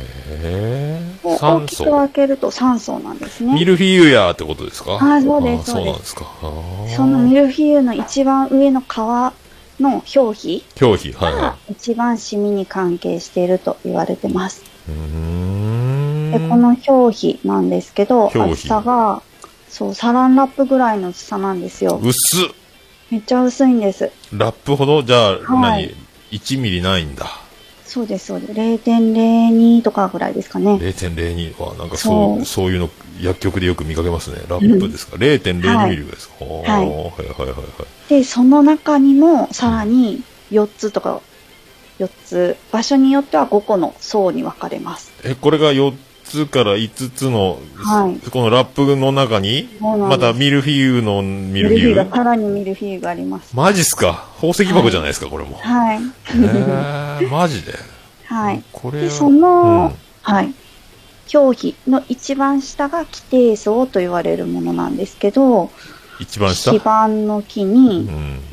大きく分けると3層なんですね。 ミルフィーユやってことですか？ はい、そうです。 そうなんですか。 そのミルフィーユの一番上の皮の表皮が一番シミに関係していると言われてます。で、この表皮なんですけど、厚さが、そう、サランラップぐらいの薄さなんですよ。 薄っ！ めっちゃ薄いんです。 ラップほど？じゃあ、1ミリないんだ。 そうです、そうです。0.02 とかぐらいですかね。 0.02 は、なんかそういうの、薬局でよく見かけますね。ラップですか？ 0.02 ミリぐらいですか？はい。はいはいはいはい。 で、その中にも、さらに4つとか、4つ、場所によっては5個の層に分かれます。 これが4つから5つの、このラップの中に、またミルフィーユのミルフィーユが、 さらにミルフィーユがあります。 マジっすか？宝石箱じゃないですか、これも。 はい。 マジで？ はい。で、その、はい。表皮の一番下が基底層と言われるものなんですけど、 一番下？ 基盤の木に、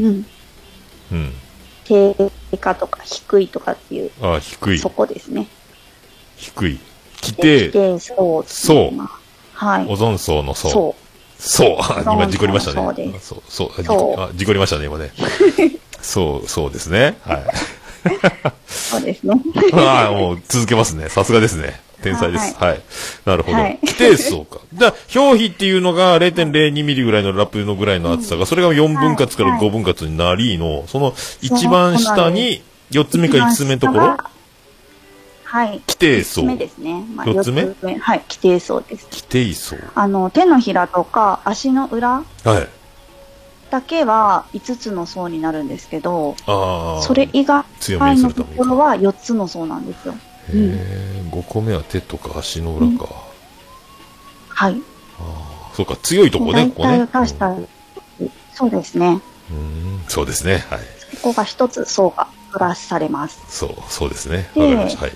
低下とか低いとかっていう、 低い。 そこですね。 低い。基底層。層。 はい。 オゾン層の層。そう。今、事故りましたね。そう。事故りましたね、今ね。そうですね。はい。 そうですね。 もう続けますね。さすがですね。天才です。はい。なるほど。基底層か。じゃあ、表皮っていうのが 0.02 ミリぐらいのラップのぐらいの厚さが、それが4分割から5分割になりの、その一番下に4つ目か5つ目のところ？ はい。 基底層。 4つ目ですね。 4つ目？ はい、基底層です。 基底層。 手のひらとか足の裏だけは5つの層になるんですけど、それ以外のところは4つの層なんですよ。 5個目は手とか足の裏か。 はい。 そうか、強いとこね、ここね。 そうですね。 そうですね。はい。 そこが1つ層がプラスされます。 そうですね。わかりました。はい。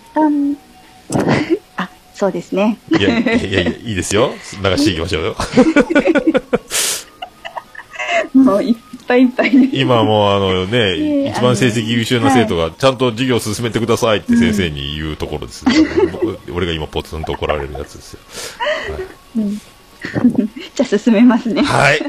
そうですね。 いや、いいですよ。流していきましょうよ。 もうぱいいっぱいで。 今もね、 え一番成績優秀な生徒が、ちゃんと授業を進めてくださいって先生に言うところですね。俺が今ポツンと怒られるやつですよ。 じゃあ進めますね。 はい。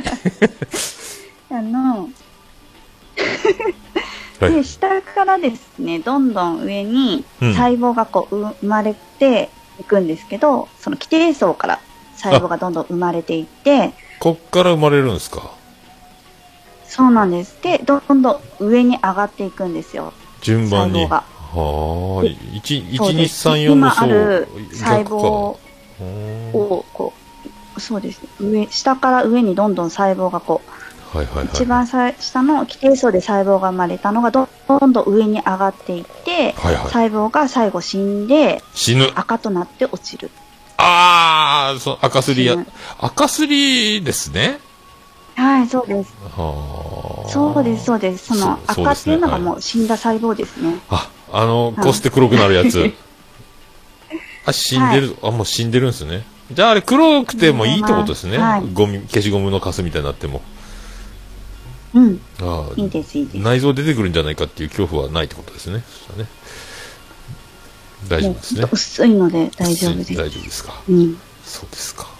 はいで、下からですね、どんどん上に細胞がこう生まれていくんですけど、その基底層から細胞がどんどん生まれていって、 こっから生まれるんですか？ そうなんです。で、どんどん上に上がっていくんですよ。 順番に。 細胞が。 はーい。1、2、 そうです 3、4の層。 今ある細胞を逆か。 こう、そうですね。下から上にどんどん細胞がこう、 はいはいはい。 一番下の基底層で細胞が生まれたのがどんどん上に上がっていって、 はいはい細胞が最後死んで死ぬ。 赤となって落ちる。 赤すりや死ぬ、 赤すりですね。 はい、そうです。 はあ。 そうです、そうです。そのそう赤っていうのがもはう死んだ細胞ですね。 こすって黒くなるやつ。死んでる、もう死んでるんですね。じゃああれ黒くてもいいってことですね。 はい消しゴムのカスみたいになっても。 うん。 あいいです、いいです。 内臓出てくるんじゃないかっていう恐怖はないってことですね。そしたらね。大丈夫ですね。 薄いので大丈夫です。 大丈夫ですか。 うん。 そうですか。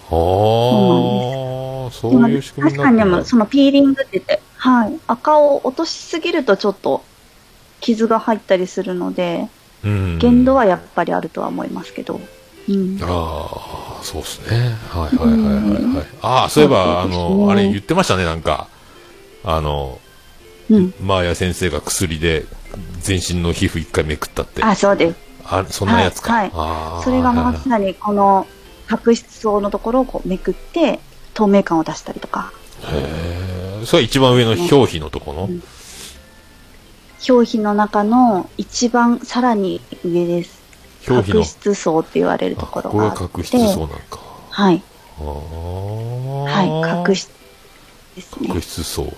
そうそういう仕組みになってる。 確かにでも、そのピーリングって言って、はい。赤を落としすぎるとちょっと傷が入ったりするので、限度はやっぱりあるとは思いますけど。うん。 そうですね。はいはいはいはい。そういえば、あれ言ってましたね、なんか。マーヤ先生が薬で全身の皮膚一回めくったって。 そうです。 そんなやつか。 はい。それがまさにこの角質層のところをこうめくって透明感を出したりとか。 それは一番上の表皮のところの、 表皮の中の一番さらに上です。 表皮の角質層って言われるところがあって。 これが角質層なんか。 はい。はい、角質ですね。 角質層。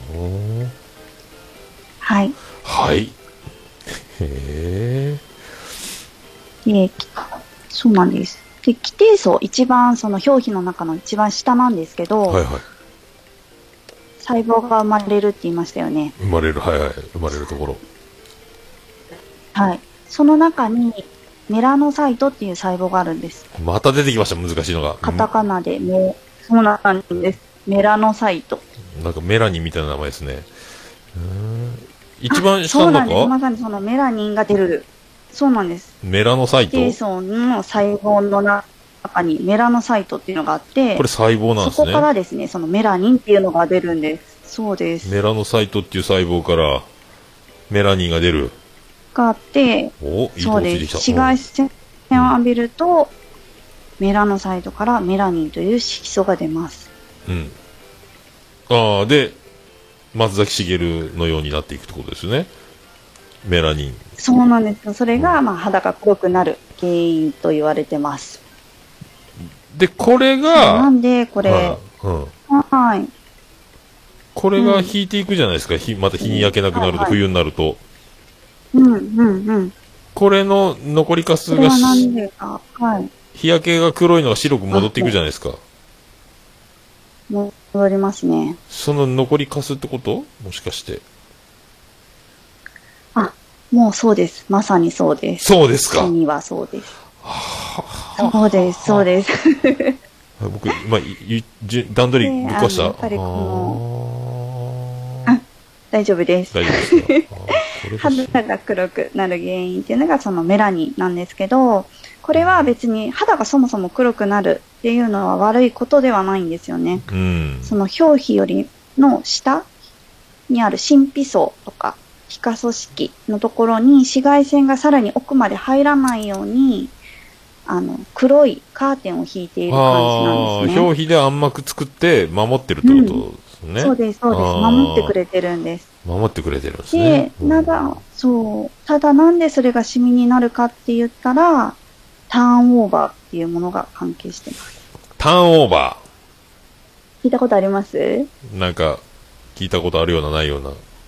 はい。 はい。へで、そうなんです。で、基底層、一番その表皮の中の一番下なんですけど、 はいはい。 細胞が生まれるって言いましたよね。 生まれる、はいはい。生まれるところ。 はい。その中に、メラノサイトっていう細胞があるんです。 また出てきました、難しいのが。 カタカナで、そうなんです。メラノサイト。 なんかメラニンみたいな名前ですね。一番下のそうなんです。まさにそのメラニンが出る。そうなんです。 メラノサイト。 基底層の細胞の中にメラノサイトっていうのがあって、 これ細胞なんですね。 そこからですね、そのメラニンっていうのが出るんです。そうです。 メラノサイトっていう細胞からメラニンが出る。 があって、そうです。紫外線を浴びると、メラノサイトからメラニンという色素が出ます。 うん。で、松崎しげるのようになっていくってことですよね。メラニン。 そうなんですよ。それが、肌が黒くなる原因と言われてます。 で、これが、 なんで、これ、はい。 これが引いていくじゃないですか。また日に焼けなくなると、冬になると。これの残りかすが、日焼けが黒いのが白く戻っていくじゃないですか。 戻りますね。 その残りかすってこと？もしかして。 もうそうです。まさにそうです。 そうですか。 日にはそうです。そうです、そうです。 僕、段取りぶっ壊した。 やっぱり大丈夫です。 大丈夫ですか。 肌が黒くなる原因っていうのがそのメラニンなんですけど、これは別に肌がそもそも黒くなるっていうのは悪いことではないんですよね。その表皮よりの下にある真皮層とか皮下組織のところに紫外線がさらに奥まで入らないように黒いカーテンを引いている感じなんですね。 表皮で暗幕作って守ってるってことですね。 そうです、そうです。守ってくれてるんです。 守ってくれてるんですね。 ただなんでそれがシミになるかって言ったら、ターンオーバーっていうものが関係してます。 ターンオーバー聞いたことあります？ なんか、聞いたことあるような、ないよう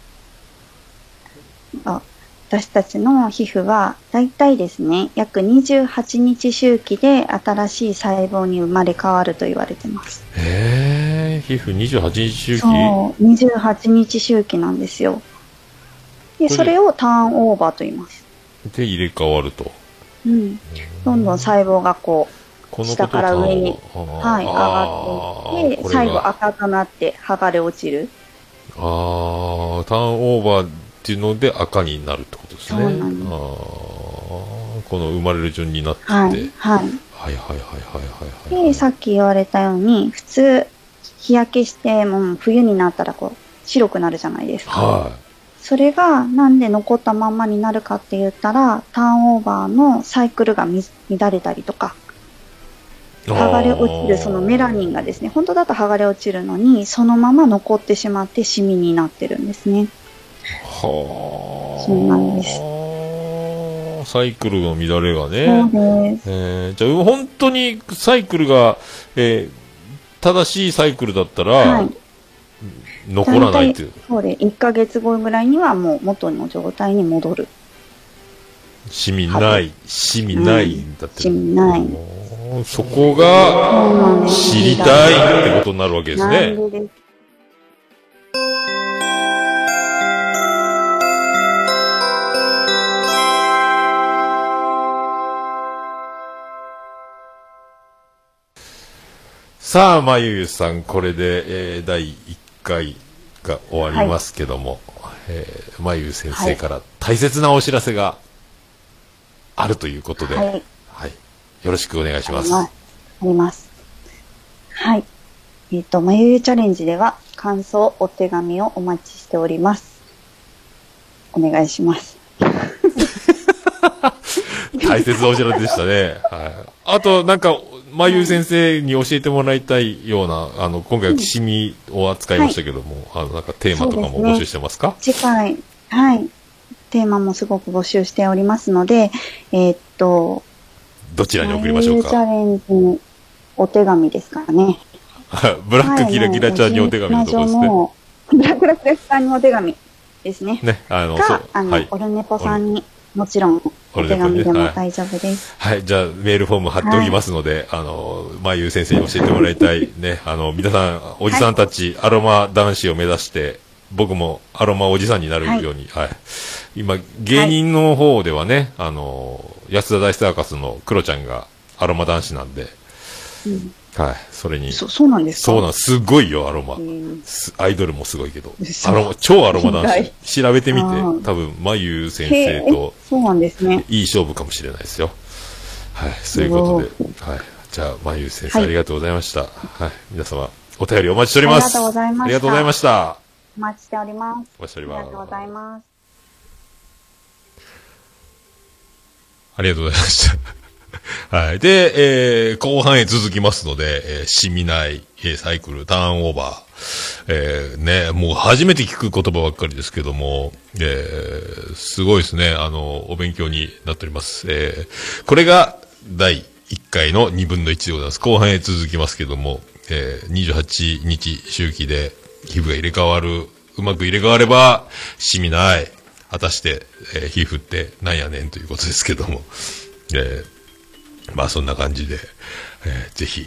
な。 私たちの皮膚は、だいたいですね、約28日周期で新しい細胞に生まれ変わると言われてます。 皮皮膚28日周期？ そう、28日周期なんですよ。で、それをターンオーバーと言います。 で、入れ替わると。 うん。どんどん細胞がこう、下から上に、はい、上がっていって、最後赤くなって剥がれ落ちる。 ターンオーバーっていうので赤になるってことですね。 そうなんです。 この生まれる順になって。 はい、はい。はいはいはいはい。で、さっき言われたように、普通、日焼けして、もう冬になったらこう、白くなるじゃないですか。はい。それがなんで残ったまんまになるかって言ったら、ターンオーバーのサイクルが乱れたりとか、剥がれ落ちるそのメラニンがですね、本当だと剥がれ落ちるのに、そのまま残ってしまってシミになってるんですね。はあ。そうなんです。 サイクルの乱れがね。そうです。じゃあ本当にサイクルが、正しいサイクルだったら、はい、残らないっていう。 そうで、1ヶ月後ぐらいにはもう元の状態に戻る。 シミない。シミないんだって。 シミない。 そこが知りたいってことになるわけですね。さあ、まゆゆさん、これで、第1回が終わりますけども、はい、まゆゆ先生から大切なお知らせがあるということで、はい、はい、よろしくお願いします。 あります。はい。まゆゆチャレンジでは感想、お手紙をお待ちしております。お願いします。 大切なお知らせでしたね。はい。あと、なんか、まゆゆ先生に教えてもらいたいような、今回はシミを扱いましたけども、はい、なんかテーマとかも募集してますか？ 次回、はい。テーマもすごく募集しておりますので、 どちらに送りましょうか？ チャレンジのお手紙ですからね。 ブラックキラキラちゃんにお手紙のところですね。 ブラックキラキラちゃんにお手紙ですね。 ね、 オルネポさんに、もちろん、お手紙でも大丈夫です。 はい、じゃあ、メールフォーム貼っておきますので、まゆゆ先生に教えてもらいたい、ね、皆さん、おじさんたち、アロマ男子を目指して、僕もアロマおじさんになるように、はい。今、芸人の方ではね、安田大サーカスのクロちゃんがアロマ男子なんで、はい、それに。 そうなんですか？ そうなん、すごいよ、アロマ。アイドルもすごいけど。超アロマ男子。調べてみて、多分、まゆゆ先生と、 そうなんですね。 いい勝負かもしれないですよ。はい、そういうことで。はい。じゃあ、まゆゆ先生、ありがとうございました。はい。皆様、お便りお待ちしております。 ありがとうございました。 ありがとうございました。 お待ちしております。 お待ちしております。 ありがとうございます。 ありがとうございました。はい。で、後半へ続きますので、シミない、サイクル、ターンオーバー。ね、もう初めて聞く言葉ばっかりですけども、すごいですね。お勉強になっております。これが第1回の2分の1でございます。後半へ続きますけども、28日周期で皮膚が入れ替わる、うまく入れ替われば、シミない。果たして、皮膚ってなんやねんということですけども、まあそんな感じで、ぜひ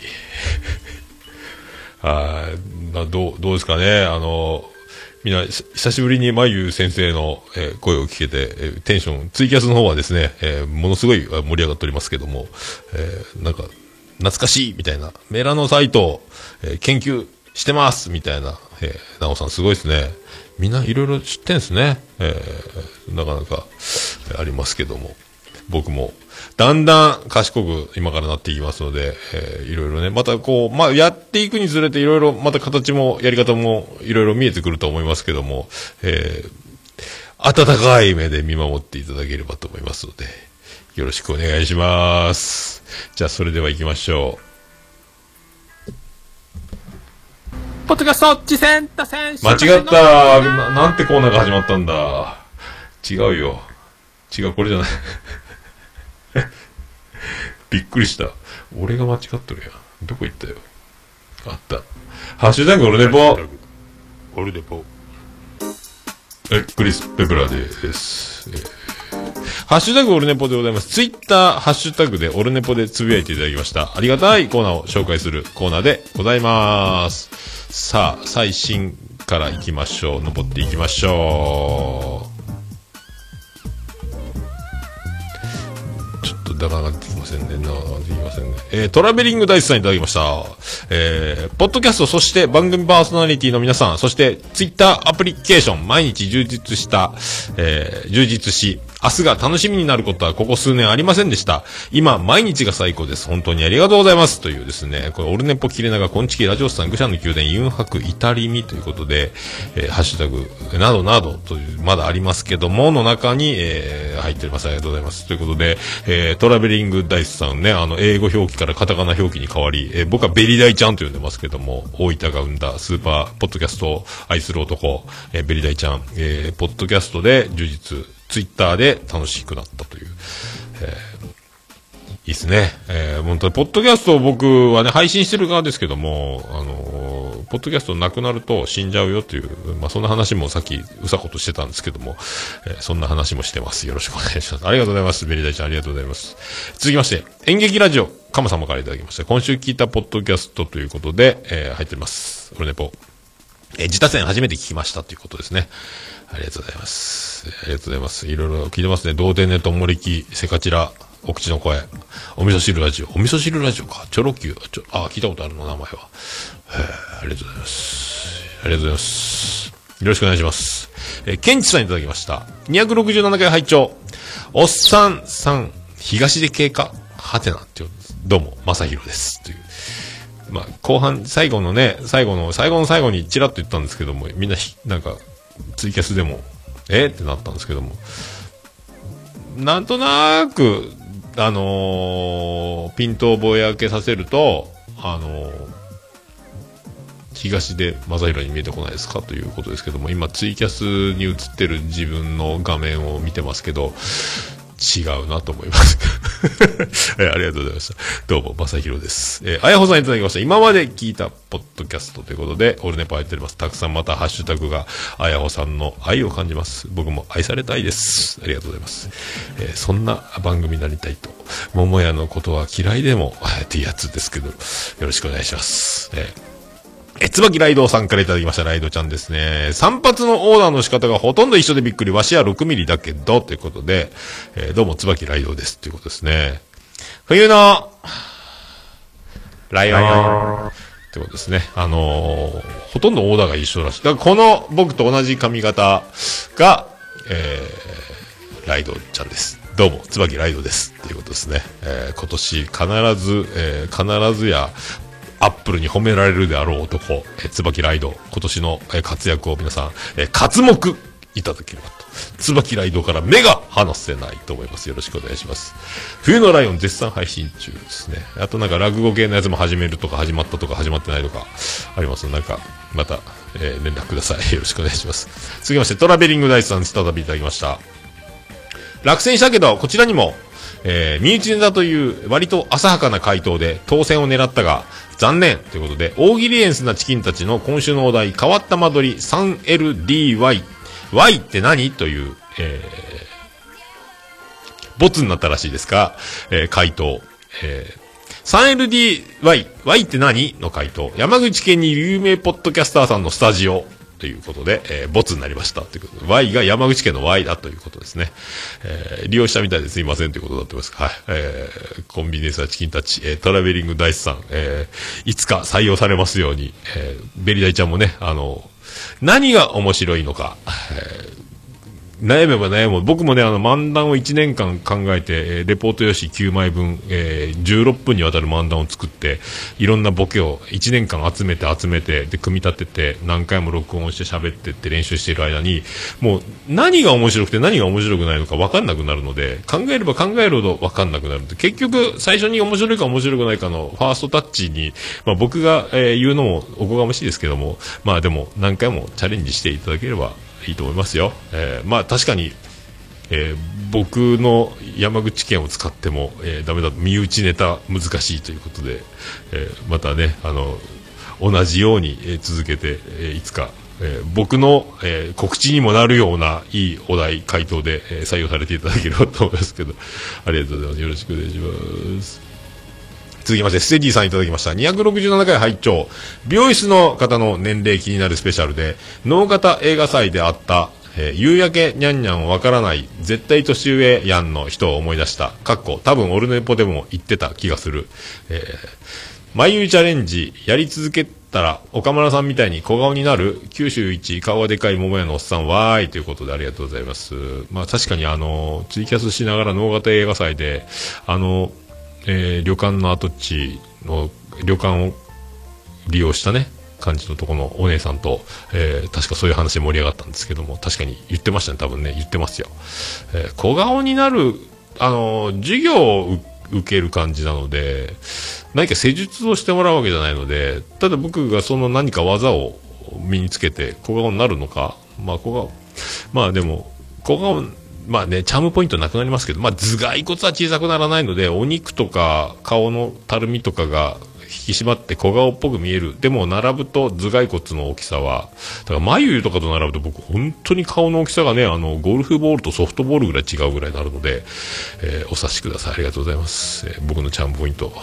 どうですかね。みんな久しぶりにまゆ先生の、声を聞けて、テンションツイキャスの方はですね、ものすごい盛り上がっておりますけども、なんか懐かしいみたいなメラノサイト、研究してますみたいな、なおさんすごいですね。みんないろいろ知ってんですね。なかなかありますけども、僕もだんだん賢く今からなっていきますので、いろいろね、またこう、まあ、やっていくにつれていろいろ、また形もやり方もいろいろ見えてくると思いますけども、温かい目で見守っていただければと思いますので、よろしくお願いします。じゃあ、それでは行きましょう。 ポッドキャスト次戦打線間違った。なんてコーナーが始まったんだ。違うよ。違う、これじゃない。びっくりした。俺が間違っとるやん。どこ行ったよ。あった。ハッシュタグオルネポ。オルネポ。クリス・ペプラーです。 ハッシュタグオルネポでございます。ツイッター、ハッシュタグでオルネポでつぶやいていただきました。ありがたいコーナーを紹介するコーナーでございます。さあ、最新から行きましょう。登っていきましょう。ちょっと長くなってきませんね。長くなってきませんね。トラベリングダイスさんいただきました。ポッドキャスト、そして番組パーソナリティの皆さん、そしてツイッターアプリケーション、毎日充実し、明日が楽しみになることはここ数年ありませんでした。今、毎日が最高です。本当にありがとうございます。というですね、これ、オルネポ切れ長、コンチキ、ラジオスさん、愚者の宮殿、ユンハク、イタリミということで、ハッシュタグ、などなどという、まだありますけども、の中に、入っております。ありがとうございます。ということで、トラベリングダイスさんね、英語表記からカタカナ表記に変わり、僕はベリダイちゃんと呼んでますけども、大分が生んだスーパーポッドキャストを愛する男、ベリダイちゃん、ポッドキャストで充実、ツイッターで楽しくなったという、いいですね。本当にポッドキャストを僕はね配信してる側ですけども、ポッドキャストなくなると死んじゃうよという、まあそんな話もさっきうさことしてたんですけども、そんな話もしてます。よろしくお願いします。ありがとうございます。ベリダイちゃんありがとうございます。続きまして演劇ラジオカマ様からいただきました。今週聞いたポッドキャストということで、入ってます。オルネポ。自他戦初めて聞きましたということですね。ありがとうございます。ありがとうございます。いろいろ聞いてますね。童貞ネットモリキ、セカチラ、お口の声、お味噌汁ラジオ。お味噌汁ラジオか。チョロ Q。聞いたことあるの、名前は。ありがとうございます。ありがとうございます。よろしくお願いします。ケンチさんいただきました。267回拝聴。おっさんさん、東で経過はてなって言うんです。どうも、まさひろです。という。まあ、後半、最後の最後にチラッと言ったんですけども、みんななんか、ツイキャスでも、ってなったんですけども、なんとなく、ピントをぼやけさせると、東で正宏に見えてこないですかということですけども、今ツイキャスに映ってる自分の画面を見てますけど、違うなと思いますありがとうございました。どうも正宏です。あやほさんいただきました。今まで聞いたポッドキャストということでオルネポ入っております。たくさんまたハッシュタグがあやほさんの愛を感じます。僕も愛されたいです。ありがとうございます。そんな番組になりたいと、桃屋のことは嫌いでもっていうやつですけど、よろしくお願いします。椿ライドさんからいただきました。ライドちゃんですね。散髪のオーダーの仕方がほとんど一緒でびっくり。わしは6ミリだけどということで、どうも椿ライドですということですね。冬のライオンということですね。ほとんどオーダーが一緒らしい。だからこの僕と同じ髪型が、ライドちゃんです。どうも椿ライドですということですね。今年必ずやアップルに褒められるであろう男、椿ライド、今年の活躍を皆さん、刮目いただければと。椿ライドから目が離せないと思います。よろしくお願いします。冬のライオン絶賛配信中ですね。あとなんか落語系のやつも始めるとか始まったとか始まってないとかありますので、なんかまた、連絡ください。よろしくお願いします。続きましてトラベリングダイスさん再びいただきました。落選したけどこちらにも、身内ネタという割と浅はかな回答で当選を狙ったが残念ということで、大喜利エンスなチキンたちの今週のお題、変わった間取り 3LDY。Y って何という、ボツになったらしいですが、回答。3LDY、Y って何の回答。山口県にいる有名ポッドキャスターさんのスタジオ。ということで、ボツになりましたということで、Y が山口県の Y だということですね。利用したみたいですいませんということになってます。はい。コンビニエンスなチキンたち、トラベリングダイスさん、いつか採用されますように、ベリダイちゃんもね、何が面白いのか、悩めば悩む。僕もね、漫談を1年間考えて、レポート用紙9枚分、16分にわたる漫談を作って、いろんなボケを1年間集めて、で、組み立てて、何回も録音して喋ってって練習している間に、もう、何が面白くて何が面白くないのか分かんなくなるので、考えれば考えるほど分かんなくなるので、結局、最初に面白いか面白くないかのファーストタッチに、まあ僕が、言うのもおこがましいですけども、まあでも、何回もチャレンジしていただければ、いいと思いますよ。まあ確かに、僕の山口県を使っても、ダメだ、身内ネタ難しいということで、またね、同じように、続けて、いつか僕の、告知にもなるようないいお題回答で、採用されていただければと思いますけど、ありがとうございます。よろしくお願いします。続きましてステディさんいただきました。267回拝聴。美容室の方の年齢気になるスペシャルで、能型映画祭であった、夕焼けにゃんにゃんわからない絶対年上やんの人を思い出した。多分オルネポでも言ってた気がする。眉チャレンジやり続けたら岡村さんみたいに小顔になる九州一顔がでかい桃屋のおっさんわーいということでありがとうございます。まあ確かにツイキャスしながら能型映画祭で旅館の跡地の旅館を利用したね感じのところのお姉さんと、確かそういう話で盛り上がったんですけども、確かに言ってましたね。多分ね言ってますよ。小顔になる授業を受ける感じなので、何か施術をしてもらうわけじゃないので、ただ僕がその何か技を身につけて小顔になるのか、まあでも小顔まあね、チャームポイントなくなりますけど、まあ頭蓋骨は小さくならないので、お肉とか顔のたるみとかが引き締まって小顔っぽく見える。でも並ぶと頭蓋骨の大きさは、だから眉とかと並ぶと僕本当に顔の大きさがね、ゴルフボールとソフトボールぐらい違うぐらいになるので、お察しください。ありがとうございます。僕のチャームポイント。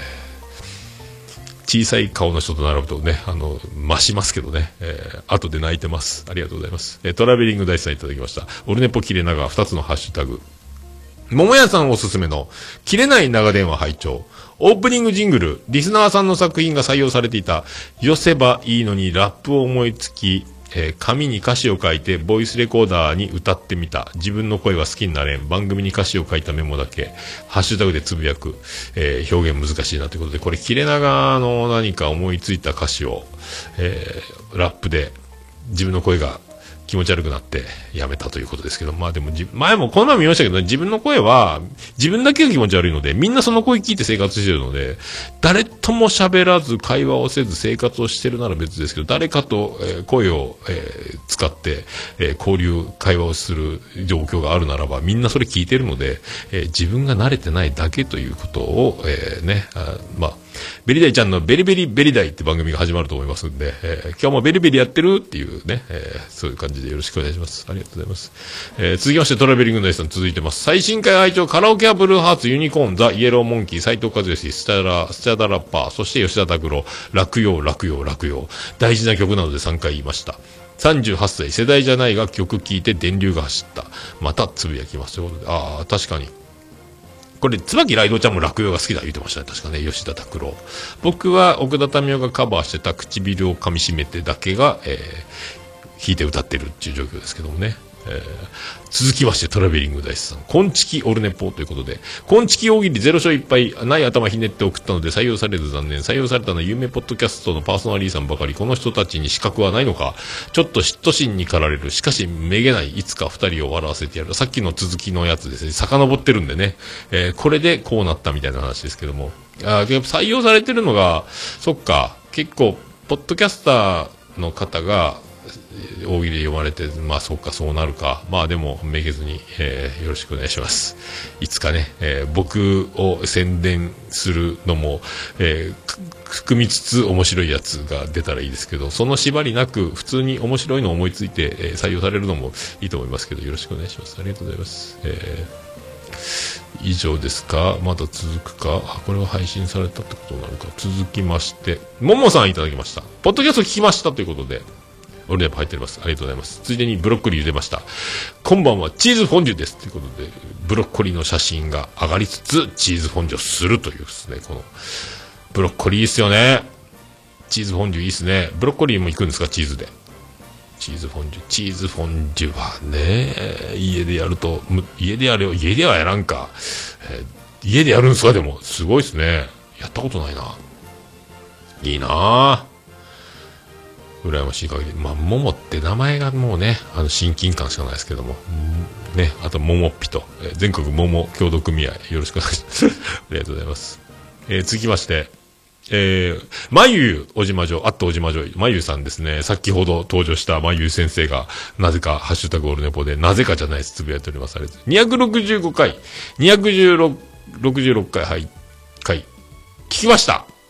小さい顔の人と並ぶとね、増しますけどね、後で泣いてます。ありがとうございます。トラベリングダイスさんいただきました。オルネポ切れ長2つのハッシュタグ。桃屋さんおすすめの切れない長電話拝聴。オープニングジングル、リスナーさんの作品が採用されていた、よせばいいのにラップを思いつき、紙に歌詞を書いてボイスレコーダーに歌ってみた。自分の声は好きになれん。番組に歌詞を書いたメモだけハッシュタグでつぶやく、表現難しいなということで、これ切れ長の何か思いついた歌詞を、ラップで自分の声が気持ち悪くなってやめたということですけど、まあでも前もこの前も言いましたけど、ね、自分の声は自分だけが気持ち悪いので、みんなその声聞いて生活してるので、誰とも喋らず会話をせず生活をしてるなら別ですけど、誰かと、声を、使って、交流会話をする状況があるならば、みんなそれ聞いてるので、自分が慣れてないだけということを、まあベリダイちゃんのベリベリベリダイって番組が始まると思いますんで、今日もベリベリやってるっていうね、そういう感じでよろしくお願いします。ありがとうございます。続きましてトラベリングダイさん続いてます。最新回拝聴カラオケはブルーハーツユニコーンザイエローモンキー斉藤和義スチャダラッパーそして吉田拓郎落葉大事な曲なので3回言いました。38歳世代じゃないが曲聴いて電流が走った。またつぶやきますということで、ああ確かにこれ椿ライドちゃんも落葉が好きだ言ってましたね。確かね、吉田拓郎。僕は奥田民生がカバーしてた唇を噛み締めてだけが、弾いて歌ってるっていう状況ですけどもね。続きましてトラベリングダイスさん、コンチキオルネポということで、コンチキ大喜利0勝1敗ない頭ひねって送ったので採用されず残念。採用されたのは有名ポッドキャストのパーソナリーさんばかり。この人たちに資格はないのか。ちょっと嫉妬心に駆られる。しかしめげない。いつか2人を笑わせてやる。さっきの続きのやつですね、遡ってるんでね、これでこうなったみたいな話ですけども、採用されてるのがそっか、結構ポッドキャスターの方が大喜利読まれて、まあそうかそうなるか。まあでもめげずに、よろしくお願いします。いつかね、僕を宣伝するのも、含みつつ面白いやつが出たらいいですけど、その縛りなく普通に面白いのを思いついて、採用されるのもいいと思いますけど、よろしくお願いします。ありがとうございます。以上ですか。まだ続くか。これは配信されたってことになるか。続きましてももさんいただきました。ポッドキャスト聞きましたということで、俺やっぱ入っております。ありがとうございます。ついでにブロッコリー茹でました。今晩はチーズフォンデュですということで、ブロッコリーの写真が上がりつつチーズフォンデュをするというですね、このブロッコリーいいっすよね。チーズフォンデュいいっすね。ブロッコリーも行くんですか、チーズで。チーズフォンデュはね、家でやると、家でやるよ、家ではやらんか。家でやるんすか。でもすごいっすね。やったことないな。いいなぁ。羨ましい限り。まあ、桃って名前がもうね、親近感しかないですけども。ね、あと、桃っぴと、全国桃協同組合、よろしくお願いします。ありがとうございます。続きまして、まゆおじまじょ、おじまじょ、まゆさんですね。先ほど登場したまゆ先生が、なぜか、ハッシュタグオルネポで、なぜかじゃないです。つぶやいております。あれ265回、266回、はい、聞きました。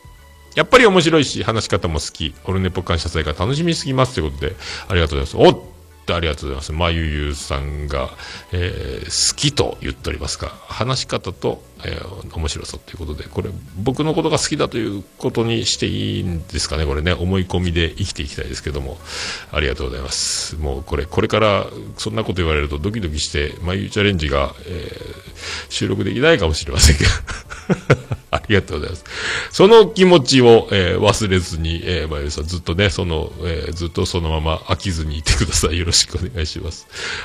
やっぱり面白いし、話し方も好き。オルネポ感謝祭が楽しみすぎますということで、ありがとうございます。おっありがとうございます。まゆゆさんが、好きと言っておりますが、話し方と、面白さということで、これ、僕のことが好きだということにしていいんですかね、これね、思い込みで生きていきたいですけども、ありがとうございます。もう、これからそんなこと言われるとドキドキして、まゆゆチャレンジが、収録できないかもしれませんが、ありがとうございます。その気持ちを、忘れずに、まゆゆさんずっとね、ずっとそのまま飽きずにいてください。よろしくお願いします。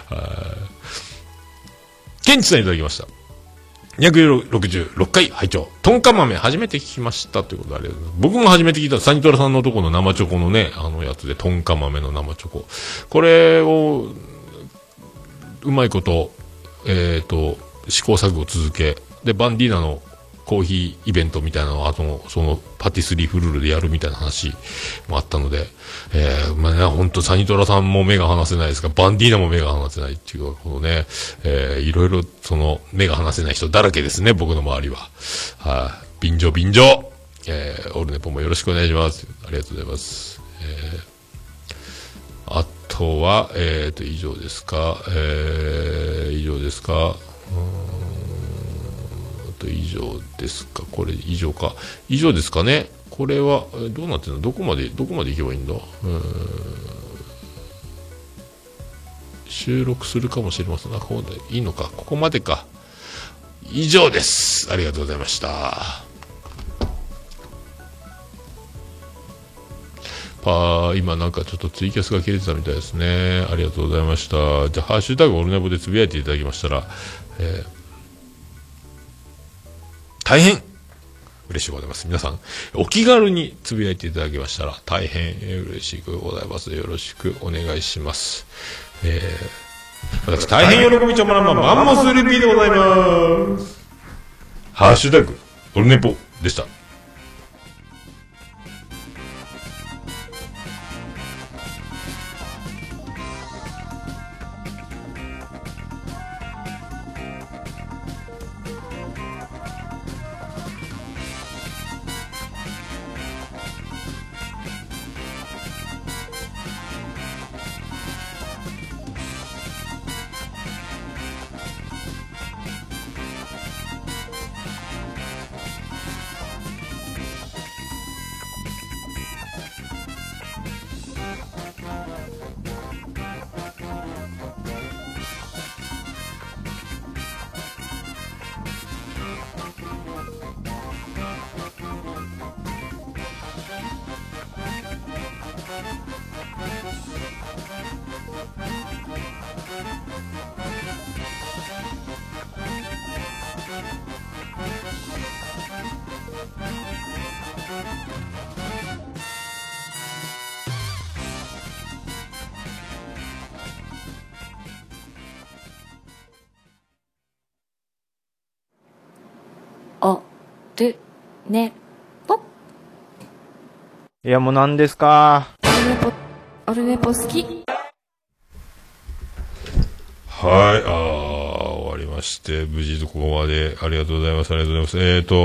ケンチさんいただきました。266回拝聴。トンカ豆初めて聞きましたということでありがとうございます。僕も初めて聞いたサニトラさんのとこの生チョコのね、やつでトンカ豆の生チョコ。これを、うまいこと、試行錯誤続け、で、バンディーナのコーヒーイベントみたいなのを後のそのパティスリーフルールでやるみたいな話もあったので、まあね、ほんとサニトラさんも目が離せないですが、バンディーナも目が離せないっていうか、このね、いろいろその目が離せない人だらけですね、僕の周りは。便乗。オルネポもよろしくお願いします。ありがとうございます。あとは、以上ですか。以上ですか。以上ですか。これ以上か。以上ですかね。これはどうなってるの？どこまで行けばいいんだ。収録するかもしれません。こうでいいのか。ここまでか。以上です。ありがとうございました。今なんかちょっとツイキャスが切れてたみたいですね。ありがとうございました。じゃあハッシュタグオルネボでつぶやいていただきましたら、大変嬉しいございます。皆さんお気軽につぶやいていただきましたら大変嬉しくございます。よろしくお願いします。私大変喜びちょまらんまマンモスルピーでございます。ハッシュタグオルネポでした。 いやもう何ですか。 オルネポ好き。 はい、終わりまして、無事ここまでありがとうございます。ありがとうございます。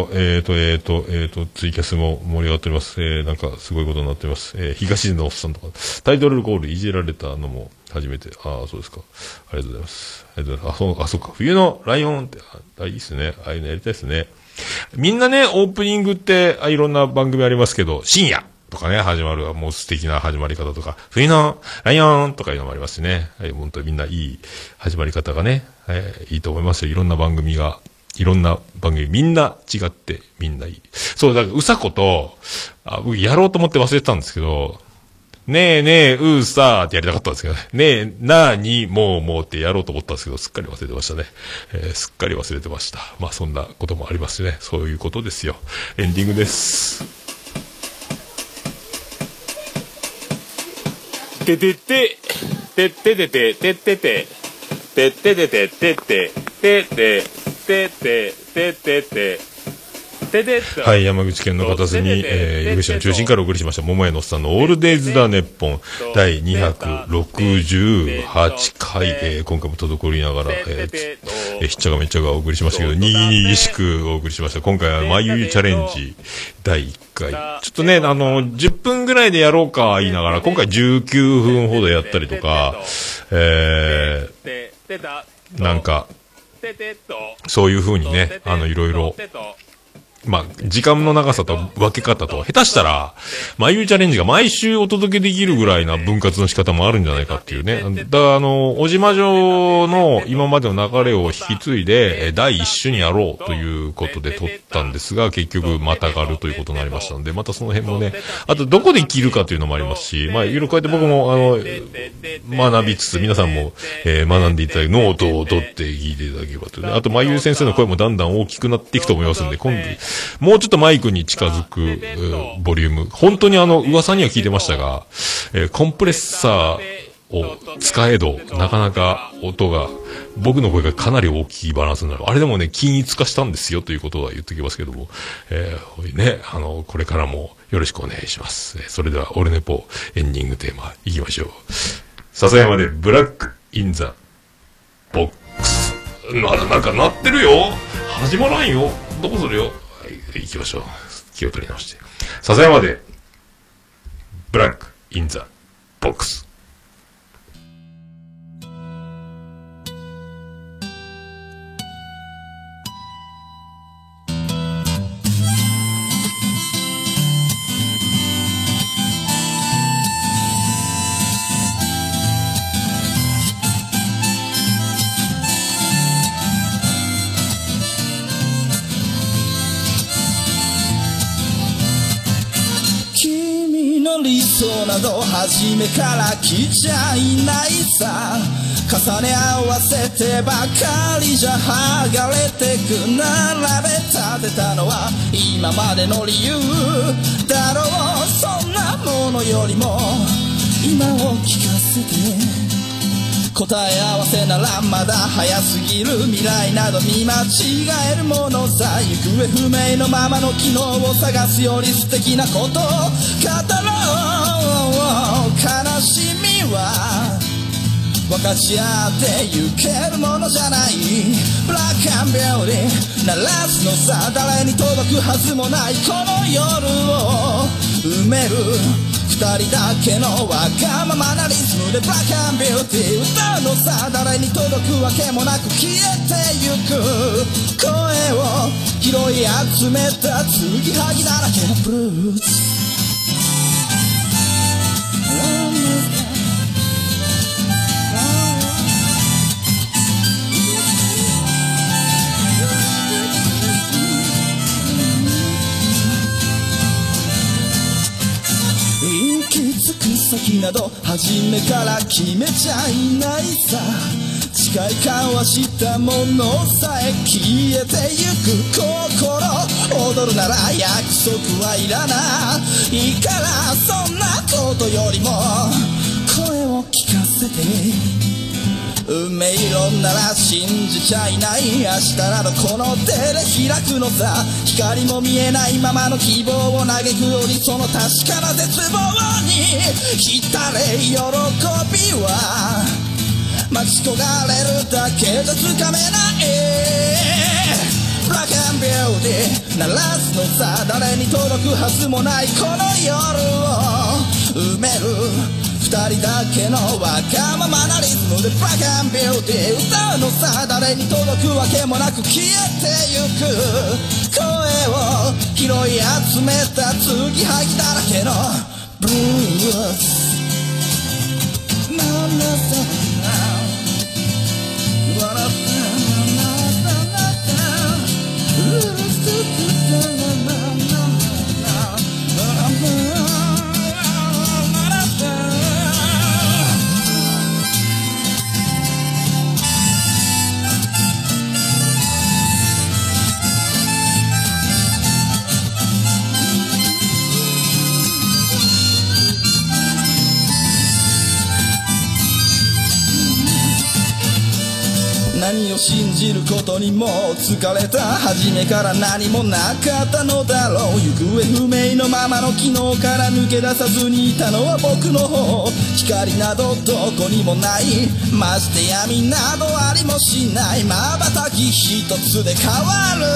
ツイキャスも盛り上がっております。なんかすごいことになっております。東のおっさんとか、タイトルコールいじられたのも初めて。そうですか。ありがとうございます。ありがとうございます。そうか。冬のライオンって、いいっすね。ああいうのやりたいですね。みんなね、オープニングって、いろんな番組ありますけど、深夜とかね、始まる、もう素敵な始まり方とか、冬のライオンとかいうのもありますしね。本当にみんないい始まり方がね、いいと思いますよ。いろんな番組みんな違って、みんないい。そう、だから、うさこと、僕やろうと思って忘れてたんですけど、ねえねえ、さーってやりたかったんですけどね。ねえ、なーに、もうってやろうと思ったんですけど、すっかり忘れてましたね。すっかり忘れてました。まあそんなこともありますね。そういうことですよ。エンディングです。 ててて、てててて、ててて、てててて、ててて、ててて、ててて、 はい、山口県の片瀬に、湯口の中心からお送りしました、桃屋のおっさんのオールデイズだネッポン第268回、今回も滞りながら、ひっちゃがめっちゃがお送りしましたけど、にぎにぎしくお送りしました。今回はまゆゆチャレンジ第1回。ちょっとね、10分ぐらいでやろうか言いながら、今回19分ほどやったりとか、なんか、そういう風にね、いろいろ、まあ、時間の長さと分け方と、下手したら、まゆチャレンジが毎週お届けできるぐらいな分割の仕方もあるんじゃないかっていうね。だから小島城の今までの流れを引き継いで、第一種にやろうということで撮ったんですが、結局またがるということになりましたので、またその辺もね、あとどこで切るかというのもありますし、まあ、いろいろこうやって僕も、学びつつ、皆さんも、学んでいただき、ノートを取って聞いていただければというね。あと、まゆゆ先生の声もだんだん大きくなっていくと思いますので、今度、もうちょっとマイクに近づく、ボリューム。本当に噂には聞いてましたが、コンプレッサーを使えど、なかなか音が、僕の声がかなり大きいバランスになる。あれでもね、均一化したんですよということは言っておきますけども、ね、これからもよろしくお願いします。それでは、オルネポエンディングテーマいきましょう。笹山でブラックインザボックス。なんか鳴ってるよ。始まらんよ。どうするよ。行きましょう。気を取り直して。笹山で、ブラック、インザ、ボックス。 理想など初めから来ちゃいないさ、重ね合わせてばかりじゃ剥がれてく、並べ立てたのは今までの理由だろう。そんなものよりも今を聞かせて、答え合わせならまだ早すぎる、未来など見間違えるものさ、行方不明のままの昨日を探すより素敵なことを語ろう。悲しみは分かち合ってゆけるものじゃない。ブラックアンビューティー鳴らすのさ、誰に届くはずもないこの夜を埋める二人だけのわがままなリズムでブラックアンビューティー歌うのさ、誰に届くわけもなく消えてゆく声を拾い集めた継ぎはぎだらけのブルース。先など初めから決めちゃいないさ、誓い交わしたものさえ消えてゆく心、踊るなら約束はいらないから、そんなことよりも声を聞かせて、運命論なら信じちゃいない、明日などこの手で開くのさ、光も見えないままの希望を嘆くより、その確かな絶望に浸れ喜びは待ち焦がれるだけじゃつかめない。ブラックアンビューティー鳴らすのさ、誰に届くはずもないこの夜を埋める二人だけのわがままなリズムでブラックアンビューティー歌うのさ、誰に届くわけもなく消えてゆく声を拾い集めた継ぎはぎだらけのブルース。 信じることにも疲れた。初めから何もなかったのだろう。行方不明のままの昨日から抜け出さずにいたのは僕の方。光などどこにもない、まして闇などありもしない。瞬き一つで変わる。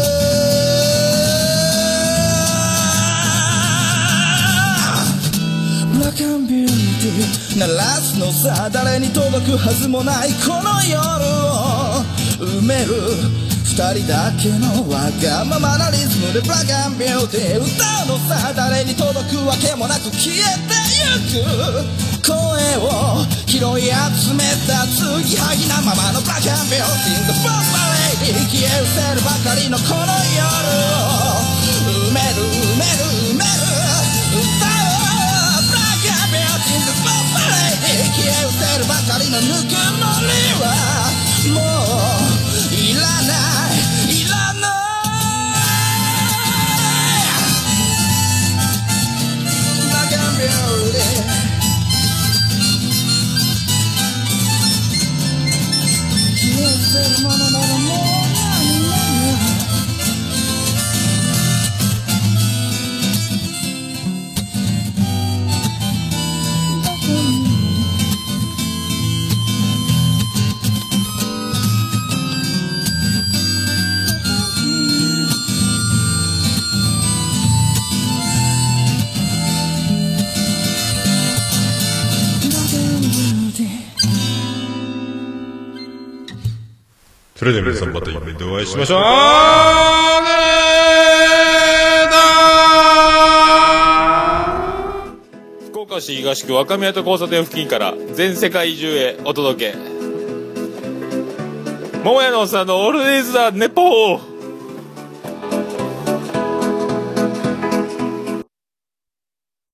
ブラックアンビューティー鳴らすのさ、誰に届くはずもないこの夜を埋める。二人だけのわがままなリズムでブラックアンビューティー歌うのさ、誰に届くわけもなく消えてゆく。声を拾い集めた継ぎはぎなままのブラックアンビューティー The Boss Lady 消え失せるばかりのこの夜を埋める埋める埋める歌うブラックアンビューティー The Boss Lady 消え失せるばかりのぬくもりはもういらないいらないブラックアンビューティーそれでは皆さんまたイベントお会いしましょう。 福岡市東区若宮と交差点付近から全世界中へお届け。桃屋のおっさんのオールディーズ・ザ・ネポー。